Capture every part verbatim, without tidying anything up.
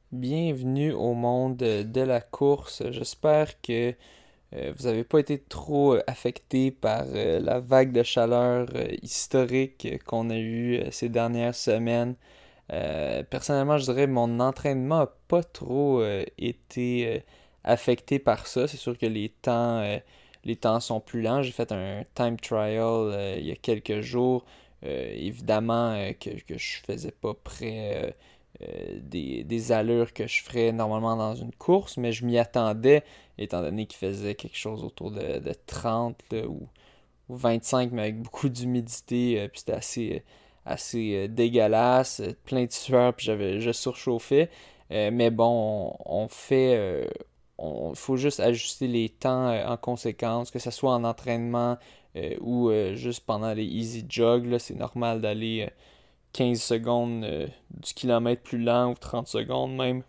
Bienvenue au monde de la course. J'espère que euh, vous n'avez pas été trop euh, affecté par euh, la vague de chaleur euh, historique euh, qu'on a eue euh, ces dernières semaines. Euh, personnellement, je dirais que mon entraînement n'a pas trop euh, été euh, affecté par ça. C'est sûr que les temps, euh, les temps sont plus lents. J'ai fait un time trial euh, il y a quelques jours. Euh, évidemment euh, que, que je faisais pas près euh, euh, des, des allures que je ferais normalement dans une course, mais je m'y attendais, étant donné qu'il faisait quelque chose autour de, de trente là, ou, ou vingt-cinq, mais avec beaucoup d'humidité, euh, puis c'était assez, assez euh, dégueulasse, euh, plein de sueur, puis j'avais, je surchauffais. Euh, mais bon, on, on fait... euh, il faut juste ajuster les temps euh, en conséquence, que ce soit en entraînement euh, ou euh, juste pendant les easy jogs. Là, c'est normal d'aller euh, quinze secondes euh, du kilomètre plus lent ou trente secondes même.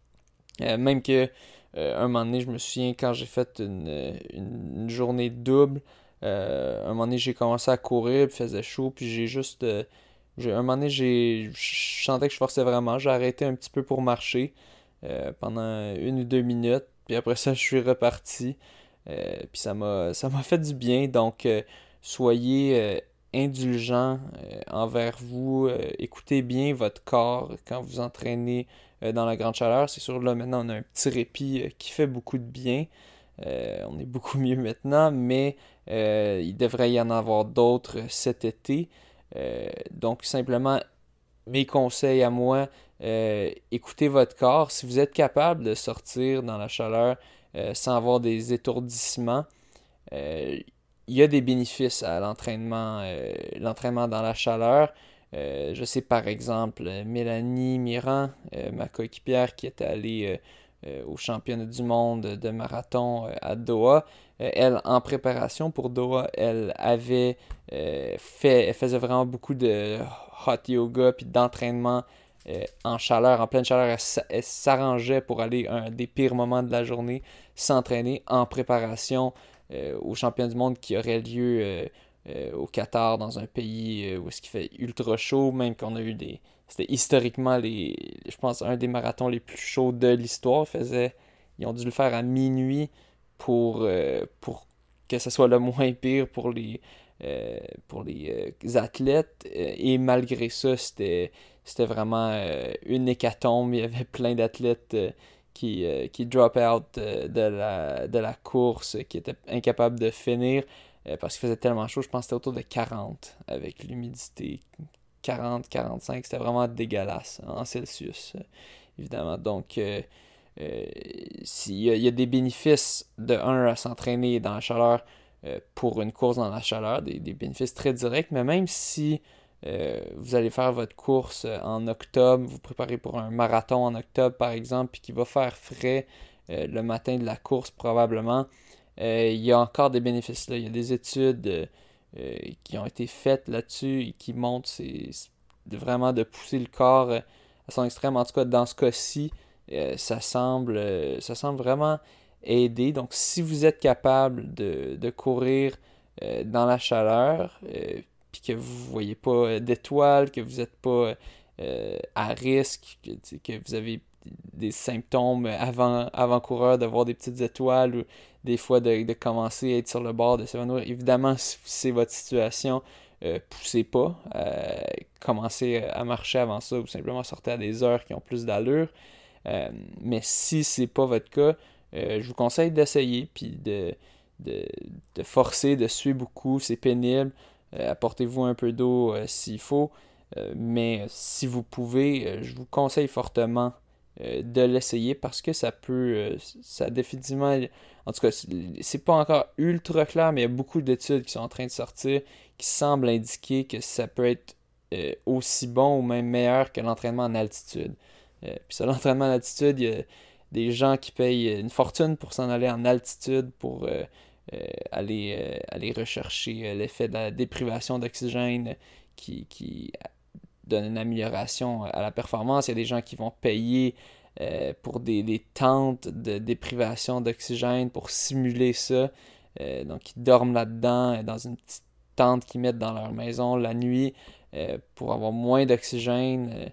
Euh, même que euh, un moment donné, je me souviens quand j'ai fait une, une, une journée double, euh, un moment donné j'ai commencé à courir, puis il faisait chaud, puis j'ai juste... euh, j'ai, un moment donné, j'ai, je sentais que je forçais vraiment, j'ai arrêté un petit peu pour marcher euh, pendant une ou deux minutes, puis après ça je suis reparti, euh, puis ça m'a, ça m'a fait du bien, donc euh, soyez euh, indulgents euh, envers vous, euh, écoutez bien votre corps quand vous entraînez euh, dans la grande chaleur. C'est sûr, là, maintenant, on a un petit répit euh, qui fait beaucoup de bien. Euh, on est beaucoup mieux maintenant, mais euh, il devrait y en avoir d'autres cet été. Euh, donc, simplement, mes conseils à moi, euh, écoutez votre corps. Si vous êtes capable de sortir dans la chaleur euh, sans avoir des étourdissements, euh, il y a des bénéfices à l'entraînement, euh, l'entraînement dans la chaleur. Euh, je sais par exemple Mélanie Mirand, euh, ma coéquipière qui est allée euh, euh, au championnat du monde de marathon euh, à Doha. Euh, elle, en préparation pour Doha, elle avait euh, fait, elle faisait vraiment beaucoup de hot yoga puis d'entraînement euh, en chaleur, en pleine chaleur. Elle, elle s'arrangeait pour aller un des pires moments de la journée, s'entraîner en préparation euh, au championnat du monde qui aurait lieu euh, euh, au Qatar, dans un pays euh, où est-ce qu'il fait ultra chaud, même qu'on a eu des... C'était historiquement, les, je pense, un des marathons les plus chauds de l'histoire. Faisait, ils ont dû le faire à minuit pour, euh, pour que ce soit le moins pire pour les, euh, pour les euh, athlètes. Et malgré ça, c'était, c'était vraiment euh, une hécatombe. Il y avait plein d'athlètes euh, qui, euh, qui drop out euh, de, la, de la course, qui étaient incapables de finir euh, parce qu'il faisait tellement chaud. Je pense que c'était autour de quarante avec l'humidité. quarante quarante-cinq, c'était vraiment dégueulasse en Celsius, euh, évidemment. Donc, euh, euh, s'il y a, il y a des bénéfices de un à s'entraîner dans la chaleur euh, pour une course dans la chaleur, des, des bénéfices très directs, mais même si euh, vous allez faire votre course euh, en octobre, vous préparez pour un marathon en octobre par exemple, puis qui va faire frais euh, le matin de la course probablement, euh, il y a encore des bénéfices là. Il y a des études euh, euh, qui ont été faites là-dessus et qui montrent c'est, c'est vraiment de pousser le corps euh, à son extrême. En tout cas, dans ce cas-ci, euh, ça semble, euh, ça semble vraiment aider. Donc, si vous êtes capable de, de courir euh, dans la chaleur, euh, puis que vous ne voyez pas d'étoiles, que vous n'êtes pas euh, à risque, que, que vous avez des symptômes avant, avant-coureur de voir des petites étoiles ou des fois de, de commencer à être sur le bord de s'évanouir. Évidemment, si c'est votre situation, euh, poussez pas. Euh, commencez à marcher avant ça ou simplement sortez à des heures qui ont plus d'allure. Euh, mais si c'est pas votre cas, euh, je vous conseille d'essayer puis de, de, de forcer, de suer beaucoup. C'est pénible. Euh, apportez-vous un peu d'eau euh, s'il faut. Euh, mais si vous pouvez, euh, je vous conseille fortement euh, de l'essayer parce que ça peut, euh, ça définitivement, en tout cas, c'est pas encore ultra clair, mais il y a beaucoup d'études qui sont en train de sortir qui semblent indiquer que ça peut être euh, aussi bon ou même meilleur que l'entraînement en altitude. Euh, puis ça, l'entraînement en altitude, il y a des gens qui payent une fortune pour s'en aller en altitude pour euh, euh, aller, euh, aller rechercher euh, l'effet de la déprivation d'oxygène qui, qui donne une amélioration à la performance. Il y a des gens qui vont payer euh, pour des, des tentes de déprivation d'oxygène pour simuler ça. Euh, donc, ils dorment là-dedans, dans une petite tente qu'ils mettent dans leur maison la nuit euh, pour avoir moins d'oxygène. Euh,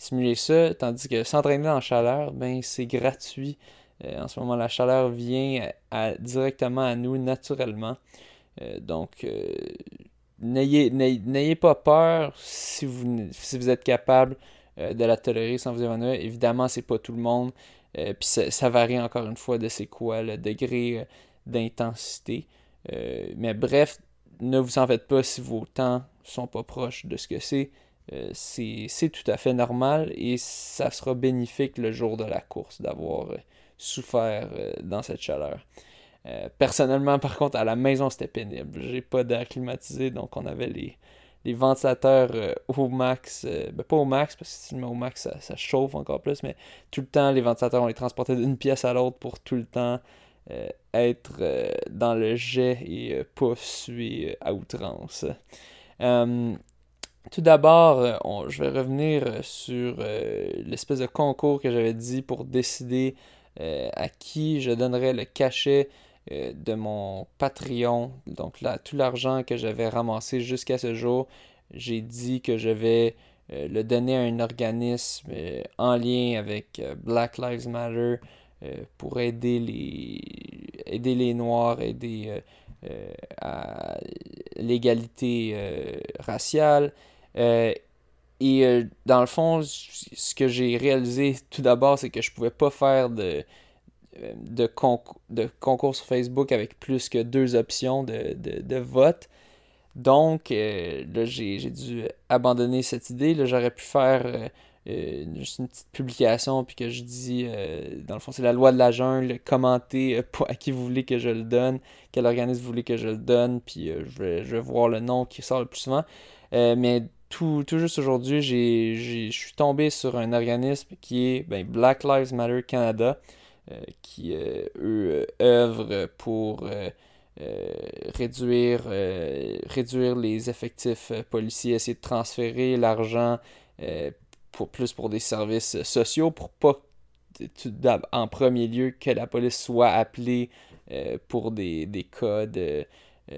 simuler ça, tandis que s'entraîner en chaleur, ben c'est gratuit. Euh, en ce moment, la chaleur vient à, directement à nous naturellement. Euh, donc, euh, n'ayez, n'ayez, n'ayez pas peur si vous, si vous êtes capable euh, de la tolérer sans vous évanouir. Évidemment, c'est pas tout le monde. Euh, Puis ça, ça varie encore une fois de c'est quoi le degré euh, d'intensité. Euh, mais bref, ne vous en faites pas si vos temps sont pas proches de ce que c'est. Euh, c'est, c'est tout à fait normal et ça sera bénéfique le jour de la course d'avoir euh, souffert euh, dans cette chaleur. Euh, personnellement, par contre, à la maison, c'était pénible. J'ai pas d'air climatisé, donc on avait les, les ventilateurs euh, au max. Euh, ben pas au max, parce que si tu le mets au max, ça, ça chauffe encore plus, mais tout le temps, les ventilateurs, on les transportait d'une pièce à l'autre pour tout le temps euh, être euh, dans le jet et euh, pas suer euh, à outrance. Euh, tout d'abord, euh, on- je vais revenir euh, sur euh, l'espèce de concours que j'avais dit pour décider euh, à qui je donnerais le cachet euh, de mon Patreon. Donc là, tout l'argent que j'avais ramassé jusqu'à ce jour, j'ai dit que je vais euh, le donner à un organisme euh, en lien avec euh, Black Lives Matter euh, pour aider les, aider les Noirs, aider euh, euh, à l'égalité euh, raciale. Euh, et euh, dans le fond, ce que j'ai réalisé tout d'abord, c'est que je pouvais pas faire de, euh, de, concours, de concours sur Facebook avec plus que deux options de, de, de vote. Donc, euh, là, j'ai, j'ai dû abandonner cette idée. Là, j'aurais pu faire euh, euh, juste une petite publication, puis que je dis, euh, dans le fond, c'est la loi de la jungle, commenter euh, pour- à qui vous voulez que je le donne, quel organisme vous voulez que je le donne, puis euh, je, vais, je vais voir le nom qui sort le plus souvent. Euh, mais tout, tout juste aujourd'hui, j'ai, j'ai, je suis tombé sur un organisme qui est ben, Black Lives Matter Canada, euh, qui, euh, eux, euh, œuvrent pour euh, euh, réduire, euh, réduire les effectifs euh, policiers, essayer de transférer l'argent euh, pour, plus pour des services sociaux, pour pas tout en premier lieu que la police soit appelée euh, pour des, des cas de euh,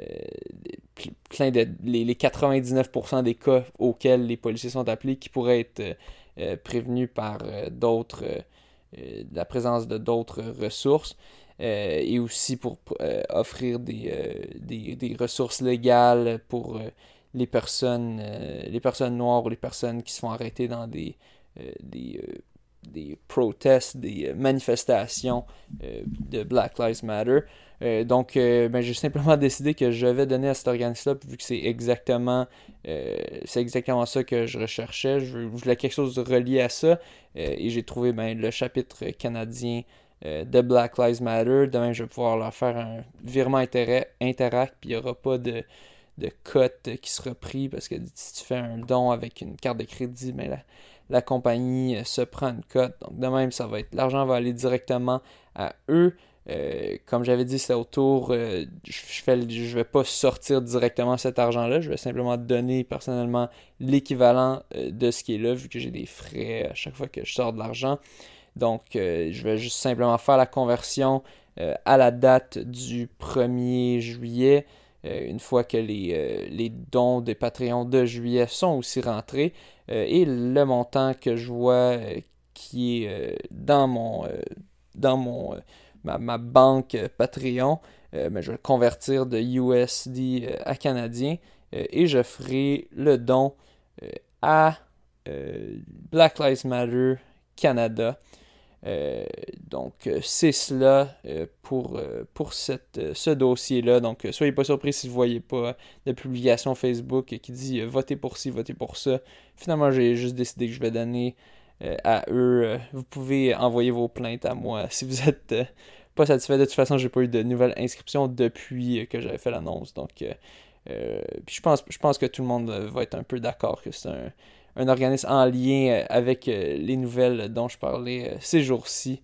plein de les, les quatre-vingt-dix-neuf pour cent des cas auxquels les policiers sont appelés qui pourraient être euh, euh, prévenus par euh, d'autres euh, euh, la présence de d'autres ressources euh, et aussi pour euh, offrir des, euh, des, des ressources légales pour euh, les personnes euh, les personnes noires ou les personnes qui se font arrêter dans des euh, des, euh, des protestes, des manifestations euh, de Black Lives Matter. Euh, donc, euh, ben, j'ai simplement décidé que je vais donner à cet organisme-là, vu que c'est exactement, euh, c'est exactement ça que je recherchais. Je, je voulais quelque chose de relié à ça. Euh, et j'ai trouvé ben, le chapitre canadien euh, de Black Lives Matter. Demain, je vais pouvoir leur faire un virement intérêt, interact, puis il n'y aura pas de, de cote qui sera pris, parce que si tu fais un don avec une carte de crédit, ben là, la compagnie se prend une cote. Donc de même, ça va être l'argent va aller directement à eux. Euh, comme j'avais dit, c'est autour. Euh, je, fais, je vais pas sortir directement cet argent-là. Je vais simplement donner personnellement l'équivalent euh, de ce qui est là, vu que j'ai des frais à chaque fois que je sors de l'argent. Donc, euh, je vais juste simplement faire la conversion euh, à la date du premier juillet. Euh, une fois que les, euh, les dons des Patreons de juillet sont aussi rentrés. Euh, et le montant que je vois euh, qui est euh, dans mon, euh, dans mon, euh, ma, ma banque Patreon, euh, ben, je vais le convertir de U S D euh, à canadien euh, et je ferai le don euh, à euh, Black Lives Matter Canada. Euh, donc, euh, c'est cela euh, pour, euh, pour cette, euh, ce dossier-là. Donc, euh, soyez pas surpris si vous ne voyez pas de publication Facebook qui dit euh, votez pour ci, votez pour ça. Finalement, j'ai juste décidé que je vais donner euh, à eux. Euh, vous pouvez envoyer vos plaintes à moi si vous êtes euh, pas satisfait. De toute façon, j'ai pas eu de nouvelles inscriptions depuis euh, que j'avais fait l'annonce. Donc, euh, euh, puis je pense, je pense que tout le monde va être un peu d'accord que c'est un un organisme en lien avec euh, les nouvelles dont je parlais euh, ces jours-ci.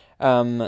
Um,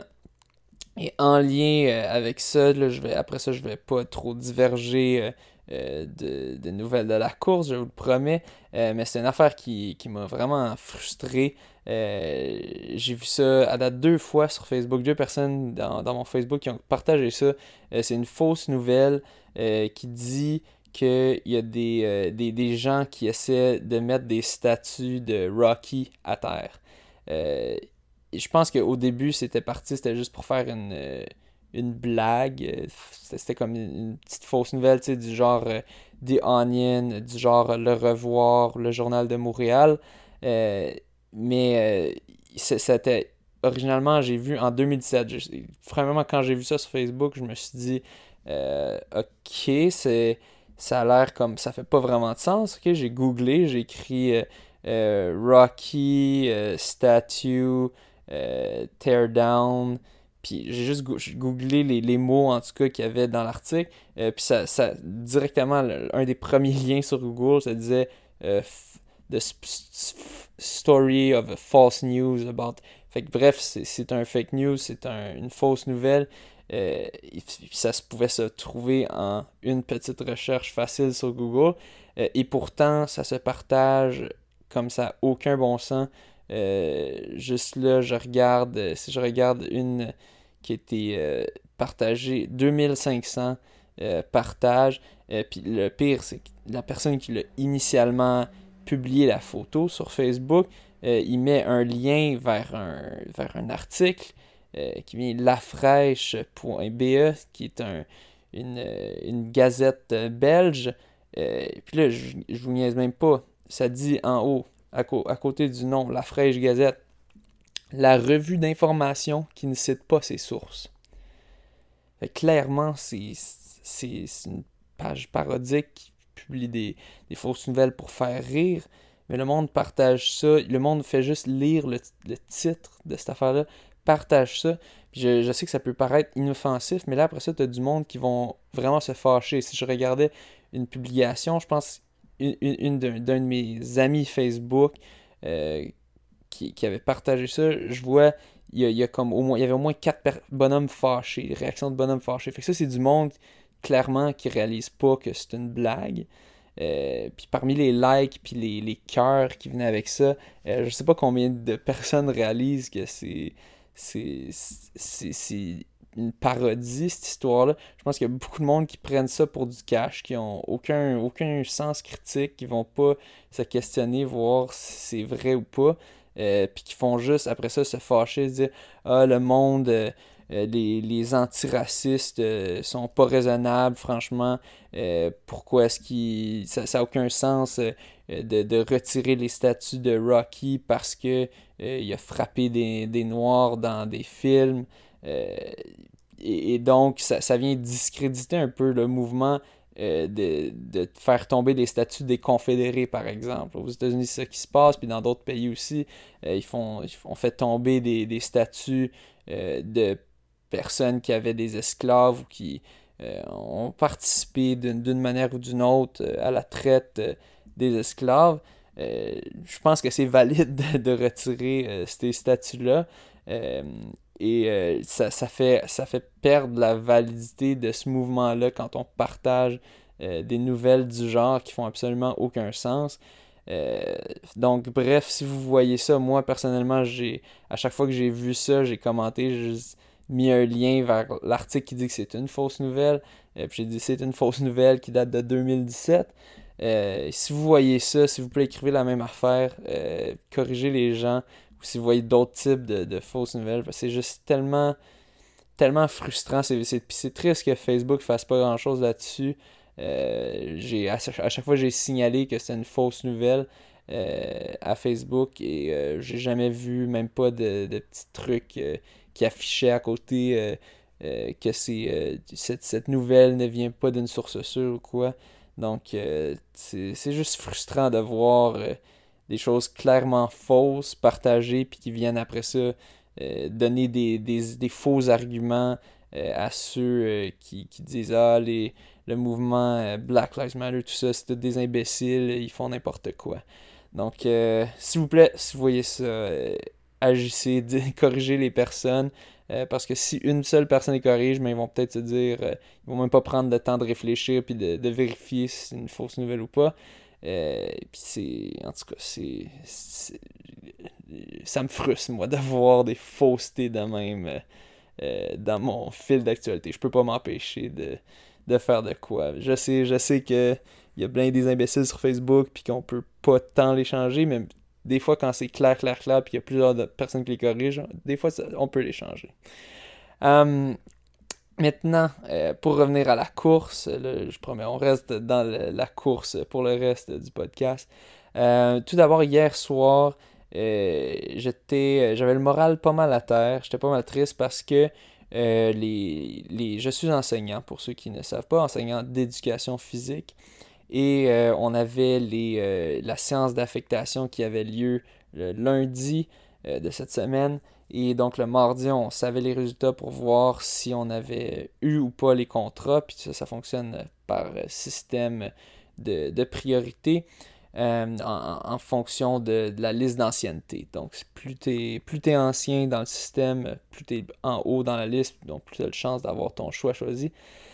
et en lien euh, avec ça, là, je vais, après ça, je vais pas trop diverger euh, euh, de, de nouvelles de la course, je vous le promets. Euh, mais c'est une affaire qui, qui m'a vraiment frustré. Euh, j'ai vu ça à date deux fois sur Facebook. Deux personnes dans, dans mon Facebook qui ont partagé ça. Euh, c'est une fausse nouvelle euh, qui dit qu'il y a des, euh, des, des gens qui essaient de mettre des statues de Rocky à terre. Euh, je pense qu'au début, c'était parti, c'était juste pour faire une, euh, une blague. C'était, c'était comme une, une petite fausse nouvelle, tu sais, du genre euh, The Onion, du genre euh, Le Revoir, le Journal de Montréal. Euh, mais euh, c'est- c'était originalement, j'ai vu en deux mille dix-sept. Je- vraiment, quand j'ai vu ça sur Facebook, je me suis dit, euh, ok, c'est, ça a l'air comme, ça fait pas vraiment de sens. Ok, j'ai googlé, j'ai écrit euh, euh, Rocky, euh, statue, euh, tear down. Puis j'ai juste go- j'ai googlé les, les mots en tout cas qu'il y avait dans l'article. Euh, puis ça, ça directement, le- un des premiers liens sur Google, ça disait euh, f- The sp- s- story of a false news about. Fait que bref, c'est c'est un fake news, c'est un- une fausse nouvelle. Euh, et puis ça se pouvait se trouver en une petite recherche facile sur Google. Euh, et pourtant, ça se partage comme ça, aucun bon sens. Euh, juste là, je regarde, euh, si je regarde une qui a été euh, partagée, deux mille cinq cents euh, partages. Euh, puis le pire, c'est que la personne qui l'a initialement publié la photo sur Facebook, euh, il met un lien vers un, vers un article euh, qui vient lafraîche point b e, qui est un, une, euh, une gazette euh, belge. Euh, puis là, je, je vous niaise même pas. Ça dit en haut, à, co- à côté du nom, La Fraîche Gazette, la revue d'information qui ne cite pas ses sources. Fait que clairement, c'est, c'est, c'est une page parodique qui publie des, des fausses nouvelles pour faire rire. Mais le monde partage ça. Le monde fait juste lire le, le titre de cette affaire-là, partage ça. Puis je, je sais que ça peut paraître inoffensif, mais là, après ça, tu as du monde qui vont vraiment se fâcher. Si je regardais une publication, je pense, une, une, une d'un, d'un de mes amis Facebook euh, qui, qui avait partagé ça, je vois, il y a, il y a comme au moins, il y avait au moins quatre per- bonhommes fâchés, réactions de bonhommes fâchés. Fait que ça, c'est du monde, clairement, qui réalise pas que c'est une blague. Euh, puis parmi les likes puis les, les cœurs qui venaient avec ça, euh, je sais pas combien de personnes réalisent que c'est c'est c'est c'est une parodie cette histoire-là. Je pense qu'il y a beaucoup de monde qui prennent ça pour du cash, qui ont aucun aucun sens critique, qui vont pas se questionner, voir si c'est vrai ou pas. Euh, puis qui font juste après ça se fâcher, se dire ah le monde euh, euh, les, les antiracistes euh, sont pas raisonnables, franchement. Euh, pourquoi est-ce qu'il. Ça n'a aucun sens euh, de, de retirer les statues de Rocky parce que euh, il a frappé des, des Noirs dans des films. Euh, et, et donc, ça, ça vient discréditer un peu le mouvement euh, de, de faire tomber des statues des confédérés, par exemple. Aux États-Unis, c'est ça qui se passe, puis dans d'autres pays aussi, euh, ils font, ils font, on fait tomber des, des statues euh, de personnes qui avaient des esclaves ou qui euh, ont participé d'une, d'une manière ou d'une autre euh, à la traite euh, des esclaves. Euh, je pense que c'est valide de, de retirer euh, ces statuts-là. Euh, et euh, ça, ça, fait, ça fait perdre la validité de ce mouvement-là quand on partage euh, des nouvelles du genre qui font absolument aucun sens. Euh, donc, bref, si vous voyez ça, moi personnellement, j'ai à chaque fois que j'ai vu ça, j'ai commenté, j'ai juste mis un lien vers l'article qui dit que c'est une fausse nouvelle. Euh, puis j'ai dit c'est une fausse nouvelle qui date de deux mille dix-sept. Euh, si vous voyez ça, s'il vous plaît, écrivez la même affaire, euh, corrigez les gens, ou si vous voyez d'autres types de, de fausses nouvelles, parce que c'est juste tellement, tellement frustrant. C'est, c'est, puis c'est triste que Facebook fasse pas grand-chose là-dessus. Euh, j'ai, à, à chaque fois, j'ai signalé que c'était une fausse nouvelle euh, à Facebook et euh, j'ai jamais vu même pas de, de petits trucs euh, qui affichaient à côté euh, euh, que c'est, euh, cette, cette nouvelle ne vient pas d'une source sûre ou quoi. Donc, euh, c'est, c'est juste frustrant de voir euh, des choses clairement fausses partagées puis qui viennent après ça euh, donner des, des, des faux arguments euh, à ceux euh, qui, qui disent ah les le mouvement euh, Black Lives Matter, tout ça, c'est tous des imbéciles, ils font n'importe quoi. Donc, euh, s'il vous plaît, si vous voyez ça, euh, agissez, corrigez les personnes, euh, parce que si une seule personne les corrige, mais ils vont peut-être se dire, euh, ils vont même pas prendre le temps de réfléchir puis de, de vérifier si c'est une fausse nouvelle ou pas. Euh, puis c'est, en tout cas, c'est, c'est- ça me frustre, moi, de voir des faussetés de même euh, euh, dans mon fil d'actualité. Je peux pas m'empêcher de, de faire de quoi. Je sais, je sais que il y a plein des imbéciles sur Facebook puis qu'on peut pas tant les changer, mais des fois quand c'est clair, clair, clair puis qu'il y a plusieurs de personnes qui les corrigent, des fois ça, on peut les changer. Um, Maintenant, euh, pour revenir à la course, là, je promets, on reste dans le, la course pour le reste du podcast. Euh, tout d'abord, hier soir, euh, j'étais, j'avais le moral pas mal à terre. J'étais pas mal triste parce que euh, les, les, je suis enseignant, pour ceux qui ne savent pas, enseignant d'éducation physique. Et euh, on avait les, euh, la séance d'affectation qui avait lieu le lundi euh, de cette semaine. Et donc le mardi, on savait les résultats pour voir si on avait eu ou pas les contrats. Puis ça, ça fonctionne par système de, de priorité euh, en, en fonction de, de la liste d'ancienneté. Donc plus tu es plus t'es ancien dans le système, plus tu es en haut dans la liste, donc plus tu as de chance d'avoir ton choix choisi.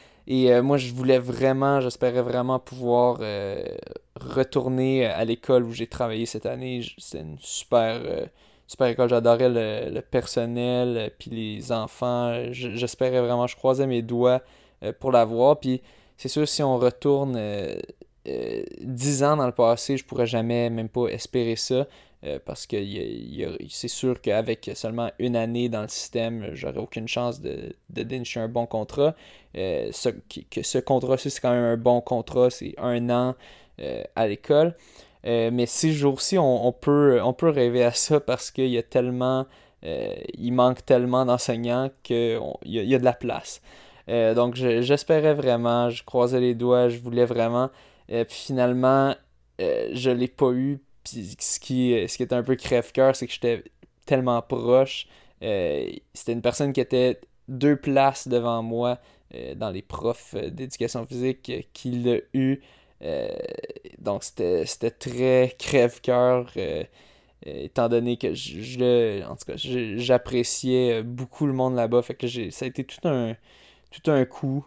Et euh, moi, je voulais vraiment, j'espérais vraiment pouvoir euh, retourner à l'école où j'ai travaillé cette année. C'est une super, euh, super école. J'adorais le, le personnel, euh, puis les enfants. J'espérais vraiment, je croisais mes doigts euh, pour l'avoir. Puis c'est sûr, si on retourne euh, euh, dix ans dans le passé, je pourrais jamais même pas espérer ça. Euh, parce que y a, y a, c'est sûr qu'avec seulement une année dans le système, j'aurais aucune chance de, de dénicher un bon contrat. Euh, ce, que ce contrat-ci, c'est quand même un bon contrat, c'est un an euh, à l'école. Euh, mais ces jours-ci, on, on, peut, on peut rêver à ça parce qu'il y a tellement, euh, il manque tellement d'enseignants qu'il y, y a de la place. Euh, donc je, j'espérais vraiment, je croisais les doigts, je voulais vraiment. Euh, puis finalement, euh, je l'ai pas eu. Puis ce qui, ce qui était un peu crève-cœur, c'est que j'étais tellement proche. Euh, c'était une personne qui était deux places devant moi euh, dans les profs d'éducation physique euh, qui l'a eu. Euh, donc c'était, c'était très crève-cœur. Euh, euh, étant donné que je, je en tout cas, je- j'appréciais beaucoup le monde là-bas. Fait que j'ai, ça a été tout un, tout un coup.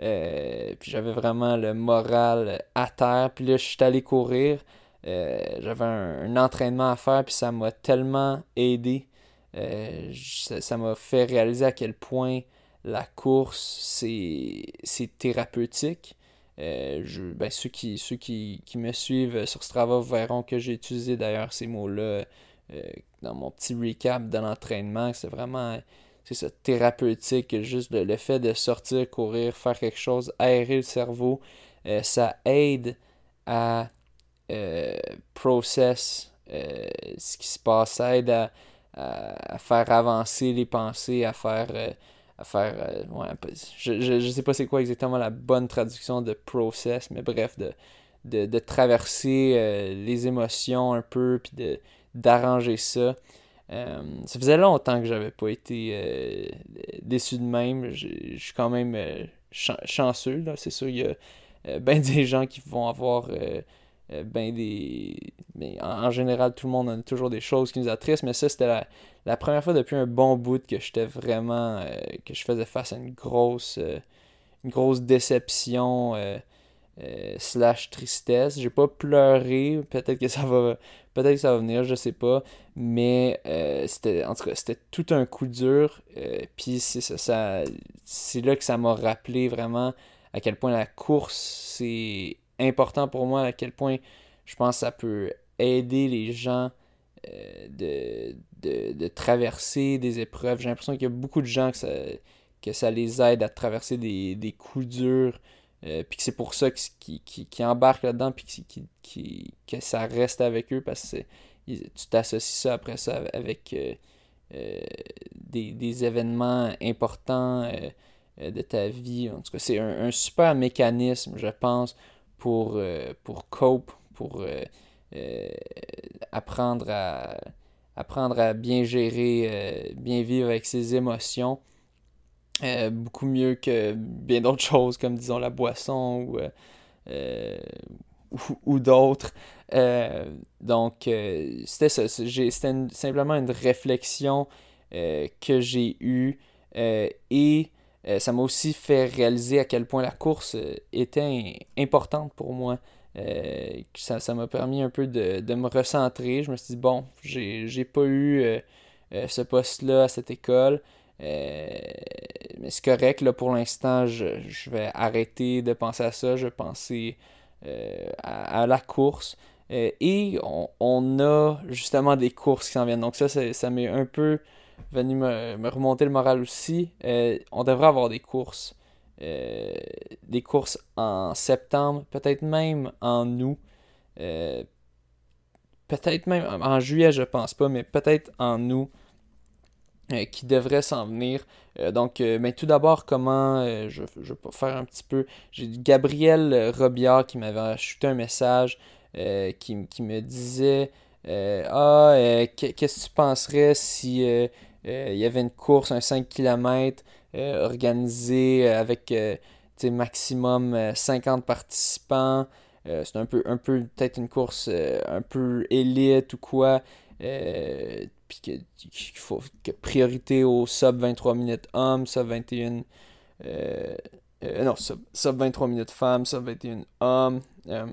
Euh, puis j'avais vraiment le moral à terre. Puis là, je suis allé courir. Euh, j'avais un, un entraînement à faire, puis ça m'a tellement aidé. Euh, ça, ça m'a fait réaliser à quel point la course, c'est, c'est thérapeutique. Euh, je, ben, ceux qui, ceux qui, qui me suivent sur Strava verront que j'ai utilisé d'ailleurs ces mots-là euh, dans mon petit recap de l'entraînement. C'est vraiment c'est ça, thérapeutique, juste le, le fait de sortir, courir, faire quelque chose, aérer le cerveau, euh, ça aide à euh, process euh, ce qui se passe, ça aide à, à, à faire avancer les pensées, à faire, euh, à faire euh, ouais, je, je, je sais pas c'est quoi exactement la bonne traduction de process, mais bref, de, de, de traverser euh, les émotions un peu, puis de, d'arranger ça. Euh, ça faisait longtemps que j'avais pas été euh, déçu de même. Je suis quand même euh, chan- chanceux, là. C'est sûr, il y a euh, ben des gens qui vont avoir euh, euh, ben des. Mais en, en général, tout le monde a toujours des choses qui nous attristent, mais ça, c'était la, la première fois depuis un bon bout que j'étais vraiment. Euh, que je faisais face à une grosse, euh, une grosse déception. Euh, euh, slash tristesse. J'ai pas pleuré, peut-être que ça va peut-être que ça va venir, je sais pas, mais euh, c'était en tout cas c'était tout un coup dur. Euh, puis c'est ça, ça c'est là que ça m'a rappelé vraiment à quel point la course c'est important pour moi, à quel point je pense que ça peut aider les gens euh, de, de, de traverser des épreuves. J'ai l'impression qu'il y a beaucoup de gens que ça, que ça les aide à traverser des, des coups durs. Euh, puis que c'est pour ça qu'ils qui, qui embarquent là-dedans, puis qui, qui, qui, que ça reste avec eux, parce que tu t'associes ça après ça avec euh, euh, des, des événements importants euh, euh, de ta vie. En tout cas, c'est un, un super mécanisme, je pense, pour, euh, pour cope, pour euh, euh, apprendre à apprendre à bien gérer, euh, bien vivre avec ses émotions. Euh, beaucoup mieux que bien d'autres choses comme disons la boisson ou, euh, euh, ou, ou d'autres. Euh, donc euh, c'était ça. J'ai, c'était une- simplement une réflexion euh, que j'ai eue euh, et euh, ça m'a aussi fait réaliser à quel point la course euh, était importante pour moi. Euh, ça, ça m'a permis un peu de, de me recentrer. Je me suis dit, bon, j'ai, j'ai pas eu euh, euh, ce poste-là à cette école. Euh, mais c'est correct, là, pour l'instant, je, je vais arrêter de penser à ça. Je vais penser euh, à, à la course. Euh, et on, on a justement des courses qui s'en viennent. Donc ça, ça, ça m'est un peu venu me, me remonter le moral aussi. Euh, on devrait avoir des courses. Euh, des courses en septembre, peut-être même en août. Euh, peut-être même en juillet, je pense pas, mais peut-être en août euh, qui devrait s'en venir. Euh, donc, euh, mais tout d'abord, comment euh, je, je vais faire un petit peu. J'ai Gabriel Robillard qui m'avait shooté un message euh, qui, qui me disait euh, Ah, euh, qu'est-ce que tu penserais si euh, euh, il y avait une course, un cinq kilomètres euh, organisée avec euh, tu sais, maximum euh, cinquante participants. Euh, c'est un peu, un peu peut-être une course euh, un peu élite ou quoi. Euh, puis que, qu'il faut que priorité au sub vingt-trois minutes hommes, sub vingt et un euh, euh, non, sub, sub vingt-trois minutes femmes, sub vingt et un hommes, euh,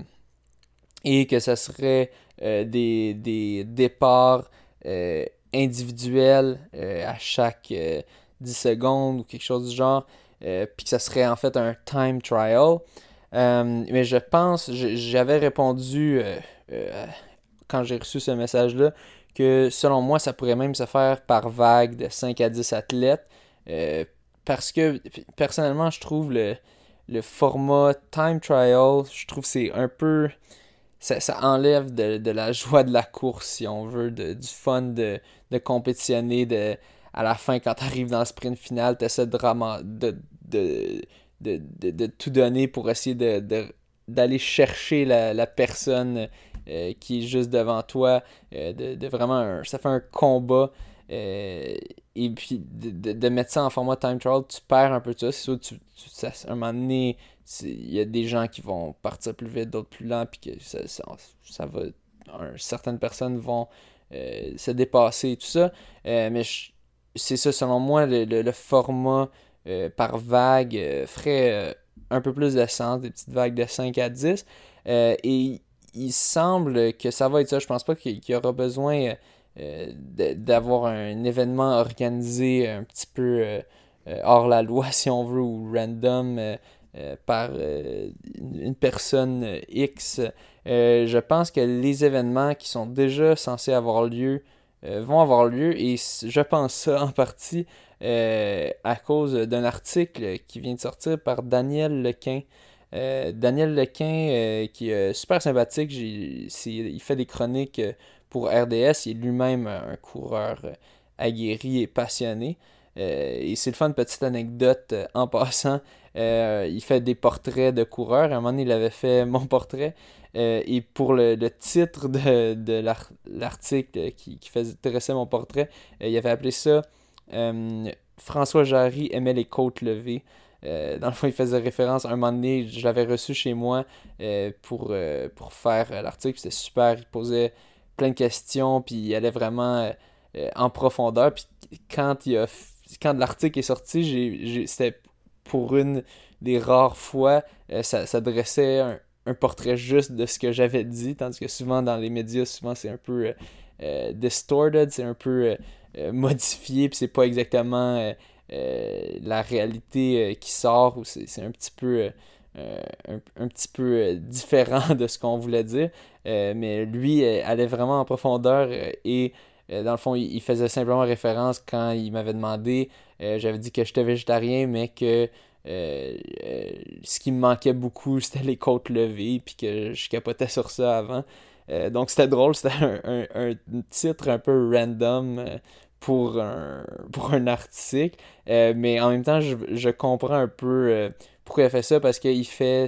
et que ça serait euh, des, des départs euh, individuels euh, à chaque euh, dix secondes ou quelque chose du genre, euh, puis que ça serait en fait un time trial. Euh, mais je pense, j'avais répondu euh, euh, quand j'ai reçu ce message-là, que selon moi, ça pourrait même se faire par vague de cinq à dix athlètes. Euh, parce que personnellement, je trouve le, le format time trial, je trouve que c'est un peu. Ça, ça enlève de, de la joie de la course, si on veut, de, du fun de, de compétitionner. De, à la fin, quand tu arrives dans le sprint final, tu essaies de, de, de, de, de, de tout donner pour essayer de, de, d'aller chercher la, la personne euh, qui est juste devant toi. Euh, de, de vraiment un- ça fait un combat. Euh, et puis de, de, de mettre ça en format time trial, tu perds un peu de ça. C'est sûr, tu, tu, ça, à un moment donné, il y a des gens qui vont partir plus vite, d'autres plus lents, puis que ça, ça, ça va. Un, certaines personnes vont euh, se dépasser et tout ça. Euh, mais je- c'est ça, selon moi, le, le, le format euh, par vague euh, ferait euh, un peu plus de sens, des petites vagues de cinq à dix. Euh, et il semble que ça va être ça. Je pense pas qu'il y aura besoin euh, d'avoir un événement organisé un petit peu euh, euh, hors la loi, si on veut, ou random euh, euh, par euh, une personne X. Euh, je pense que les événements qui sont déjà censés avoir lieu euh, vont avoir lieu, et je pense ça en partie euh, à cause d'un article qui vient de sortir par Daniel Lequin. Euh, Daniel Lequin, euh, qui est super sympathique, j'ai, il fait des chroniques euh, pour R D S, il est lui-même un coureur euh, aguerri et passionné. Euh, et c'est le fun, petite anecdote euh, en passant. Euh, il fait des portraits de coureurs. À un moment donné, il avait fait mon portrait. Euh, et pour le, le titre de, de l'ar- l'article qui, qui faisait dresser mon portrait, euh, il avait appelé ça euh, François Jarry aimait les côtes levées. Euh, dans le fond, il faisait référence. À un moment donné, je l'avais reçu chez moi euh, pour, euh, pour faire euh, l'article. C'était super. Il posait plein de questions, puis il allait vraiment euh, euh, en profondeur. Puis quand, il a, f- quand l'article est sorti, j'ai, j'ai- c'était pour une des rares fois, euh, ça, ça dressait un, un portrait juste de ce que j'avais dit, tandis que souvent dans les médias, souvent c'est un peu euh, euh, distorted, c'est un peu euh, euh, modifié, puis c'est pas exactement euh, euh, la réalité euh, qui sort, ou c'est, c'est un petit peu, euh, euh, un, un petit peu euh, différent de ce qu'on voulait dire. Euh, mais lui euh, allait vraiment en profondeur euh, et euh, dans le fond, il, il faisait simplement référence quand il m'avait demandé, euh, j'avais dit que j'étais végétarien, mais que euh, euh, ce qui me manquait beaucoup, c'était les côtes levées, puis que je capotais sur ça avant. Euh, donc c'était drôle, c'était un, un- un titre un peu random euh, pour un, pour un article. Euh, mais en même temps, je, je comprends un peu euh, pourquoi il a fait ça, parce qu'il fait,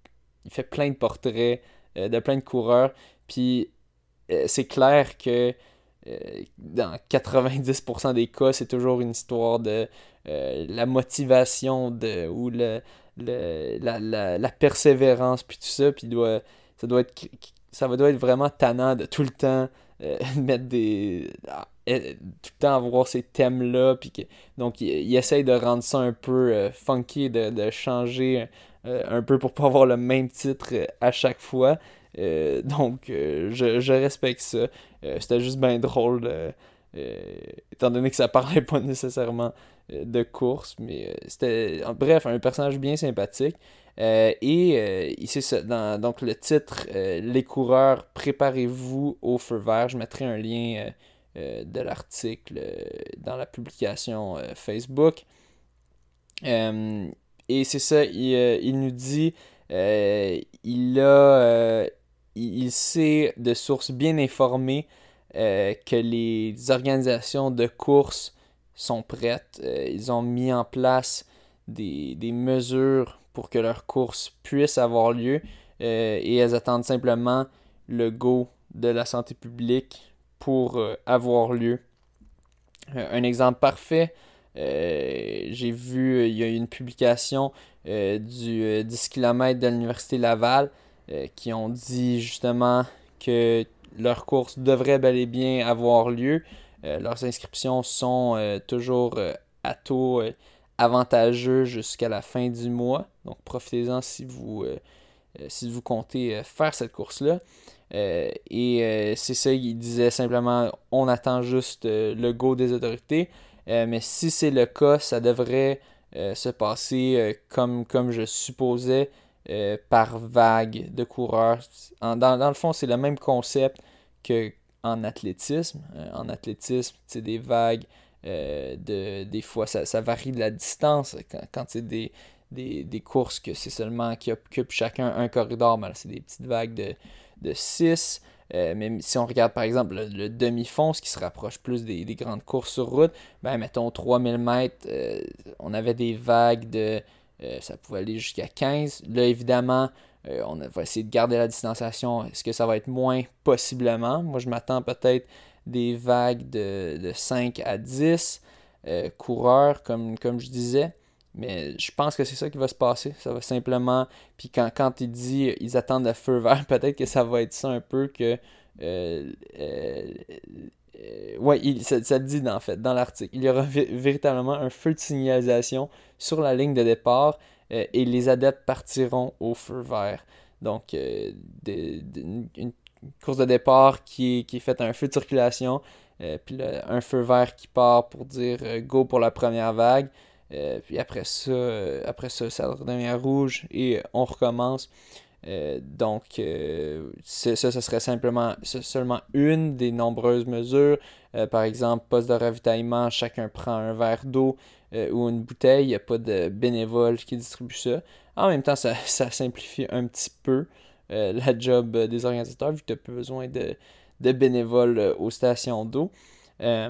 il fait plein de portraits euh, de plein de coureurs. Puis euh, c'est clair que euh, dans quatre-vingt-dix pour cent des cas, c'est toujours une histoire de euh, la motivation de, ou le, le- la, la, la persévérance, puis tout ça. Puis doit, ça doit être, ça va doit être vraiment tannant de tout le temps euh, mettre des. ah, euh, tout le temps avoir ces thèmes-là. Puis que, donc, il, il essaye de rendre ça un peu euh, funky, de, de changer euh, un peu pour pas avoir le même titre euh, à chaque fois. Euh, donc, euh, je, je respecte ça. Euh, c'était juste bien drôle. Euh, euh, étant donné que ça parlait pas nécessairement euh, de course, mais euh, c'était, en- bref, un personnage bien sympathique. Euh, et euh, c'est ça, dans, donc le titre, euh, Les coureurs, préparez-vous au feu vert. Je mettrai un lien euh, euh, de l'article euh, dans la publication euh, Facebook. Euh, et c'est ça, il, euh, il nous dit, euh, il a, euh, il, il sait de sources bien informées euh, que les organisations de courses sont prêtes. Euh, ils ont mis en place des, des mesures pour que leurs courses puissent avoir lieu euh, et elles attendent simplement le go de la santé publique pour euh, avoir lieu. Euh, Un exemple parfait, euh, j'ai vu, euh, il y a eu une publication euh, du euh, dix kilomètres de l'Université Laval euh, qui ont dit justement que leurs courses devraient bel et bien avoir lieu. Euh, leurs inscriptions sont euh, toujours euh, à taux euh, avantageux jusqu'à la fin du mois. Donc profitez-en si vous, euh, euh, si vous comptez euh, faire cette course-là. Euh, et euh, c'est ça, il disait simplement, on attend juste euh, le go des autorités. Euh, mais si c'est le cas, ça devrait euh, se passer euh, comme, comme je supposais, euh, par vague de coureurs. En- dans, dans le fond, c'est le même concept que en athlétisme. Euh, en athlétisme, c'est des vagues euh, de, des fois, ça, ça varie de la distance. Quand, quand c'est des, des, des courses que c'est seulement qui occupent chacun un corridor, ben, c'est des petites vagues de, de six. Euh, mais si on regarde par exemple le, le demi-fond, ce qui se rapproche plus des, des grandes courses sur route, ben mettons trois mille mètres, euh, on avait des vagues de. Euh, ça pouvait aller jusqu'à quinze. Là, évidemment, euh, on va essayer de garder la distanciation. Est-ce que ça va être moins? Possiblement. Moi, je m'attends peut-être des vagues de, de cinq à dix euh, coureurs, comme, comme je disais. Mais je pense que c'est ça qui va se passer. Ça va simplement. Puis quand, quand il dit ils attendent le feu vert, peut-être que ça va être ça un peu que. Euh, euh, euh, ouais, il, ça, ça le dit en fait dans l'article. Il y aura vé- véritablement un feu de signalisation sur la ligne de départ euh, et les adeptes partiront au feu vert. Donc, euh, de- de- une, une course de départ qui est, qui est faite à un feu de circulation, euh, puis là, un feu vert qui part pour dire euh, go pour la première vague. Euh, puis après ça, euh, après ça, ça redevient rouge et on recommence. Euh, donc, euh, ça, ça serait simplement seulement une des nombreuses mesures. Euh, par exemple, poste de ravitaillement, chacun prend un verre d'eau euh, ou une bouteille. Il n'y a pas de bénévole qui distribue ça. En même temps, ça, ça simplifie un petit peu euh, la job des organisateurs vu que tu n'as plus besoin de, de bénévoles euh, aux stations d'eau. Euh,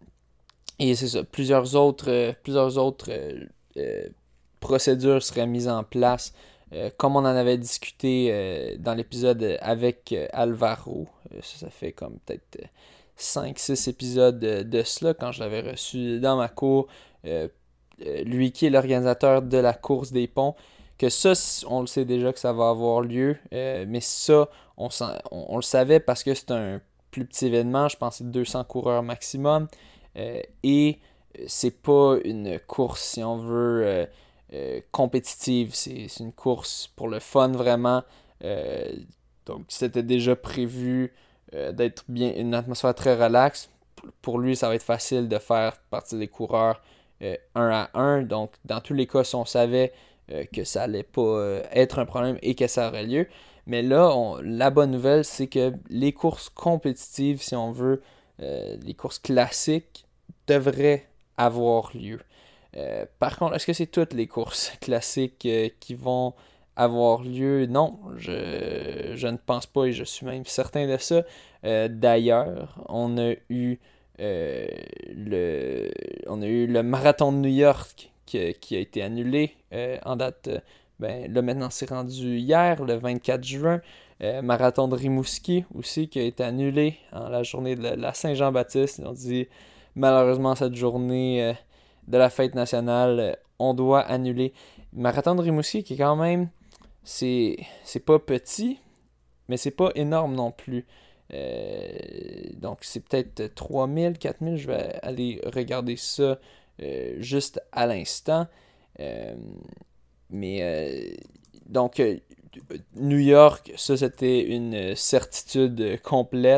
et c'est ça, plusieurs autres, euh, plusieurs autres euh, euh, procédures seraient mises en place, euh, comme on en avait discuté euh, dans l'épisode avec euh, Alvaro. Euh, ça, ça fait comme peut-être cinq six épisodes de, de cela, quand je l'avais reçu dans ma cour. Euh, euh, lui qui est l'organisateur de la course des ponts, que ça, on le sait déjà que ça va avoir lieu, euh, mais ça, on, on, on le savait parce que c'est un plus petit événement, je pense que c'est deux cents coureurs maximum. Euh, et c'est pas une course, si on veut, euh, euh, compétitive. C'est, c'est une course pour le fun, vraiment. Euh, donc, c'était déjà prévu euh, d'être bien une atmosphère très relaxe. Pour lui, ça va être facile de faire partie des coureurs euh, un à un. Donc, dans tous les cas, si on savait euh, que ça allait pas euh, être un problème et que ça aurait lieu. Mais là, on, la bonne nouvelle, c'est que les courses compétitives, si on veut, euh, les courses classiques, devraient avoir lieu. Euh, par contre, est-ce que c'est toutes les courses classiques euh, qui vont avoir lieu? Non, je, je ne pense pas et je suis même certain de ça. Euh, d'ailleurs, on a eu euh, le, on a eu le marathon de New York qui, qui a été annulé euh, en date. Euh, ben, là maintenant c'est rendu hier, le vingt-quatre juin. Euh, marathon de Rimouski aussi qui a été annulé en la journée de la Saint-Jean-Baptiste. On dit malheureusement cette journée euh, de la fête nationale, euh, on doit annuler. Marathon de Rimouski qui est quand même, c'est c'est pas petit, mais c'est pas énorme non plus. Euh, donc c'est peut-être trois mille, quatre mille, je vais aller regarder ça euh, juste à l'instant. Euh, mais euh, donc euh, New York, ça c'était une certitude complète.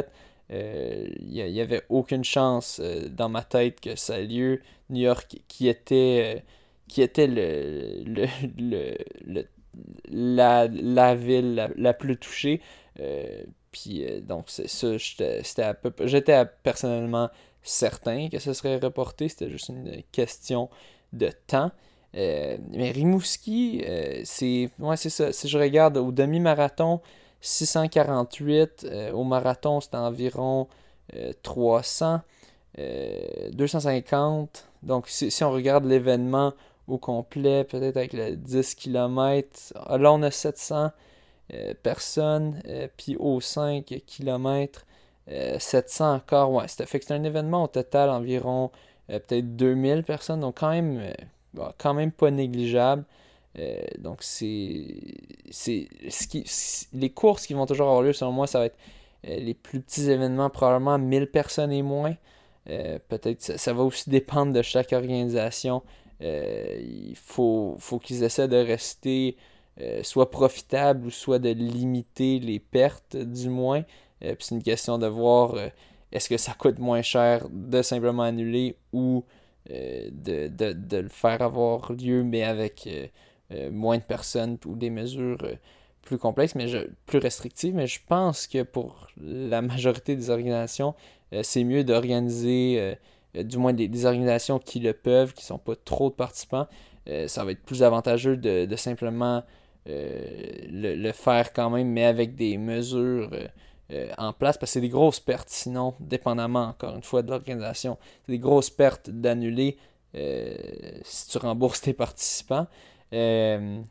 Euh, Il n'y avait aucune chance euh, dans ma tête que ça ait lieu. New York qui était, euh, qui était le, le, le, le- la, la ville la, la plus touchée. Euh, puis euh, donc c'est ça, j'étais c'était à peu, j'étais à- personnellement certain que ce serait reporté. C'était juste une question de temps. Euh, mais Rimouski, euh, c'est ouais, c'est ça. Si je regarde au demi-marathon, six cent quarante-huit. Euh, au marathon, c'était environ euh, trois cents. Euh, deux cent cinquante. Donc, si, si on regarde l'événement au complet, peut-être avec le dix kilomètres, là, on a sept cents euh, personnes. Euh, puis au cinq kilomètres, euh, sept cents encore. Ouais, c'était fait que c'est un événement au total environ euh, peut-être deux mille personnes. Donc, quand même, euh, bon, quand même pas négligeable. Euh, donc, c'est. c'est ce qui, les courses qui vont toujours avoir lieu, selon moi, ça va être euh, les plus petits événements, probablement mille personnes et moins. Euh, peut-être ça, ça va aussi dépendre de chaque organisation. Euh, il faut, faut qu'ils essaient de rester euh, soit profitables ou soit de limiter les pertes, du moins. Euh, puis c'est une question de voir euh, est-ce que ça coûte moins cher de simplement annuler ou euh, de, de, de le faire avoir lieu, mais avec euh, euh, moins de personnes ou des mesures euh, plus complexes, mais je, plus restrictives. Mais je pense que pour la majorité des organisations, euh, c'est mieux d'organiser, euh, euh, du moins des, des organisations qui le peuvent, qui ne sont pas trop de participants. Euh, ça va être plus avantageux de, de simplement euh, le, le faire quand même, mais avec des mesures euh, euh, en place, parce que c'est des grosses pertes, sinon, dépendamment encore une fois de l'organisation, c'est des grosses pertes d'annuler euh, si tu rembourses tes participants. Euh,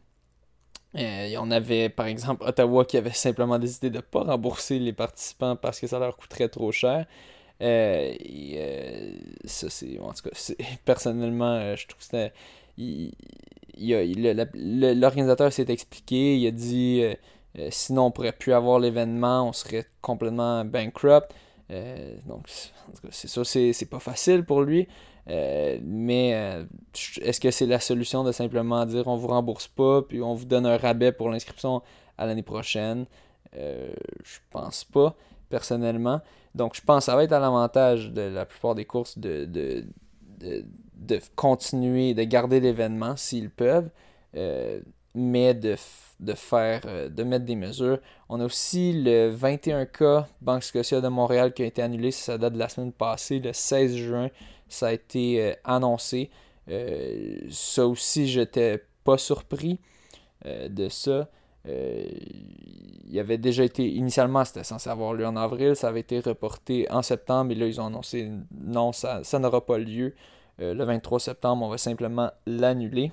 euh, on avait par exemple Ottawa qui avait simplement décidé de ne pas rembourser les participants parce que ça leur coûterait trop cher. Euh, et, euh, ça, c'est. En tout cas, c'est- personnellement, euh, je trouve que c'était. il- il a- il- le- le- L'organisateur s'est expliqué, il a dit euh, euh, sinon on pourrait plus avoir l'événement, on serait complètement bankrupt. Euh, donc, en tout cas, c'est ça, c'est c'est pas facile pour lui. Euh, mais euh, est-ce que c'est la solution de simplement dire on vous rembourse pas, puis on vous donne un rabais pour l'inscription à l'année prochaine? Euh, je pense pas, personnellement. Donc, je pense que ça va être à l'avantage de la plupart des courses de, de, de, de continuer, de garder l'événement s'ils peuvent, euh, mais de, de faire, euh, de mettre des mesures. On a aussi le vingt et un cas Banque Scotia de Montréal qui a été annulé, ça date de la semaine passée, le seize juin, ça a été euh, annoncé. Euh, ça aussi, j'étais pas surpris euh, de ça. Euh, il y avait déjà été, initialement, c'était censé avoir lieu en avril, ça avait été reporté en septembre, et là, ils ont annoncé non, ça, ça n'aura pas lieu. Euh, le vingt-trois septembre, on va simplement l'annuler.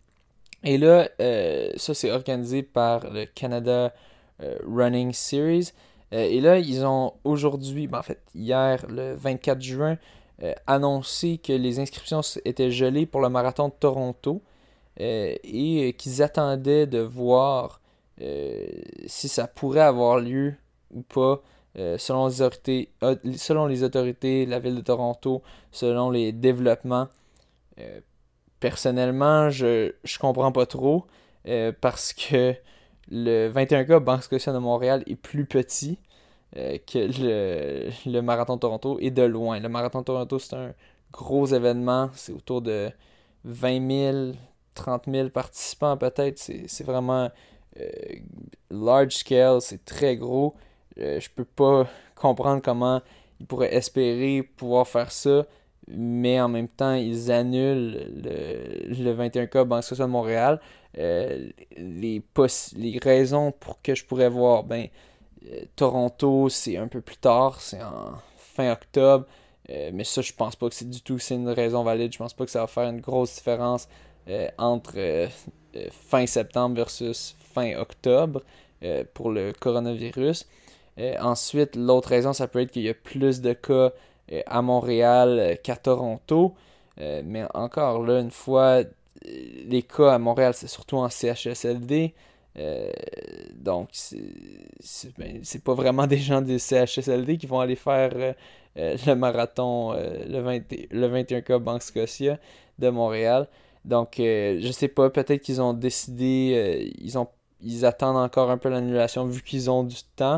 Et là, euh, ça, c'est organisé par le Canada euh, Running Series. Euh, et là, ils ont aujourd'hui, ben, en fait, hier, le vingt-quatre juin, euh, annoncé que les inscriptions étaient gelées pour le marathon de Toronto euh, et qu'ils attendaient de voir euh, si ça pourrait avoir lieu ou pas euh, selon les autorités, euh, selon les autorités, la ville de Toronto, selon les développements. Euh, Personnellement, je, je comprends pas trop euh, parce que le vingt et un K Banque Scotia de Montréal est plus petit euh, que le, le Marathon de Toronto et de loin. Le Marathon de Toronto, c'est un gros événement. C'est autour de vingt mille, trente mille participants peut-être. C'est, c'est vraiment euh, large scale, c'est très gros. Euh, je peux pas comprendre comment ils pourraient espérer pouvoir faire ça, mais en même temps, ils annulent le, le vingt et un K Banque Scotia de Montréal. Euh, les, poss- les raisons pour que je pourrais voir, ben, euh, Toronto, c'est un peu plus tard, c'est en fin octobre. Euh, mais ça, je pense pas que c'est du tout c'est une raison valide. Je pense pas que ça va faire une grosse différence euh, entre euh, euh, fin septembre versus fin octobre euh, pour le coronavirus. Euh, ensuite, l'autre raison, ça peut être qu'il y a plus de cas euh, à Montréal euh, qu'à Toronto. Euh, mais encore là, une fois, euh, les cas à Montréal, c'est surtout en C H S L D. Euh, donc, c'est c'est ben, c'est pas vraiment des gens des C H S L D qui vont aller faire euh, euh, le marathon, euh, le, vingt, le vingt et un K Banque Scotia de Montréal. Donc, euh, je sais pas, peut-être qu'ils ont décidé, euh, ils ont ils attendent encore un peu l'annulation vu qu'ils ont du temps.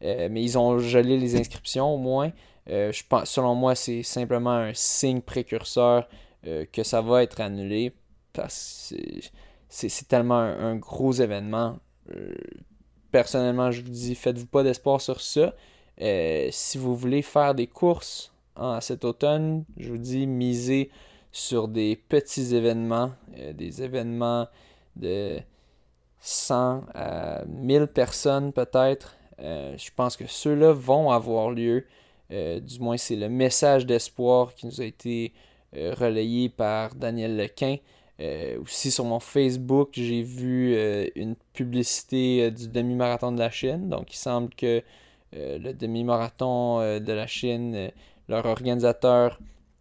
Euh, mais ils ont gelé les inscriptions au moins. Euh, je pense, selon moi, c'est simplement un signe précurseur euh, que ça va être annulé parce que c'est, c'est, c'est tellement un, un gros événement. Euh, personnellement, je vous dis, faites-vous pas d'espoir sur ça. Euh, si vous voulez faire des courses en cet automne, je vous dis, misez sur des petits événements, euh, des événements de cent à mille personnes peut-être. Euh, je pense que ceux-là vont avoir lieu. Euh, du moins, c'est le message d'espoir qui nous a été euh, relayé par Daniel Lequin. Euh, aussi sur mon Facebook, j'ai vu euh, une publicité euh, du demi-marathon de la Chine. Donc, il semble que euh, le demi-marathon euh, de la Chine, euh, leur organisateur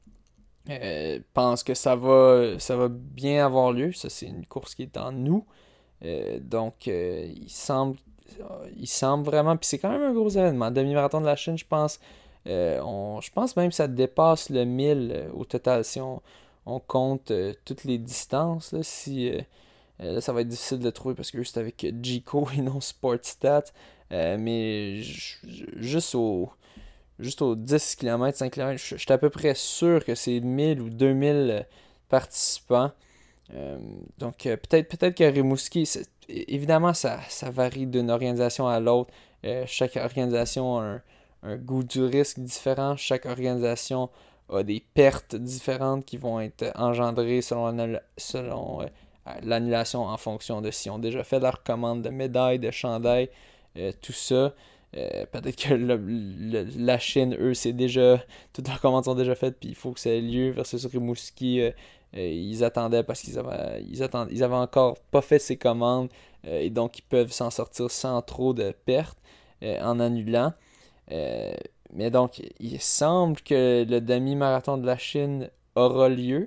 euh, pense que ça va, ça va bien avoir lieu. Ça, c'est une course qui est en août. Euh, donc, euh, il semble, il semble vraiment, puis c'est quand même un gros événement. Demi-marathon de la Chine, je pense, euh, on, je pense même que ça dépasse le mille euh, au total. Si on, on compte euh, toutes les distances, là, si, euh, euh, là, ça va être difficile de trouver parce que c'est avec Gico et non Sportstat. Euh, mais juste au, juste aux dix kilomètres, cinq kilomètres, je suis à peu près sûr que c'est mille ou deux mille participants. Euh, donc, euh, peut-être peut-être que Rimouski, évidemment, ça, ça varie d'une organisation à l'autre. Euh, chaque organisation a un, un goût du risque différent. Chaque organisation a des pertes différentes qui vont être engendrées selon, selon euh, l'annulation en fonction de si on a déjà fait leur commande de médailles, de chandails, euh, tout ça. Euh, peut-être que le, le, la Chine, eux, c'est déjà. Toutes leurs commandes sont déjà faites, puis il faut que ça ait lieu. Versus Rimouski, euh, euh, ils attendaient parce qu'ils avaient, ils attendaient, ils avaient encore pas fait ces commandes. Euh, et donc, ils peuvent s'en sortir sans trop de pertes euh, en annulant. Euh, mais donc, il semble que le demi-marathon de la Chine aura lieu.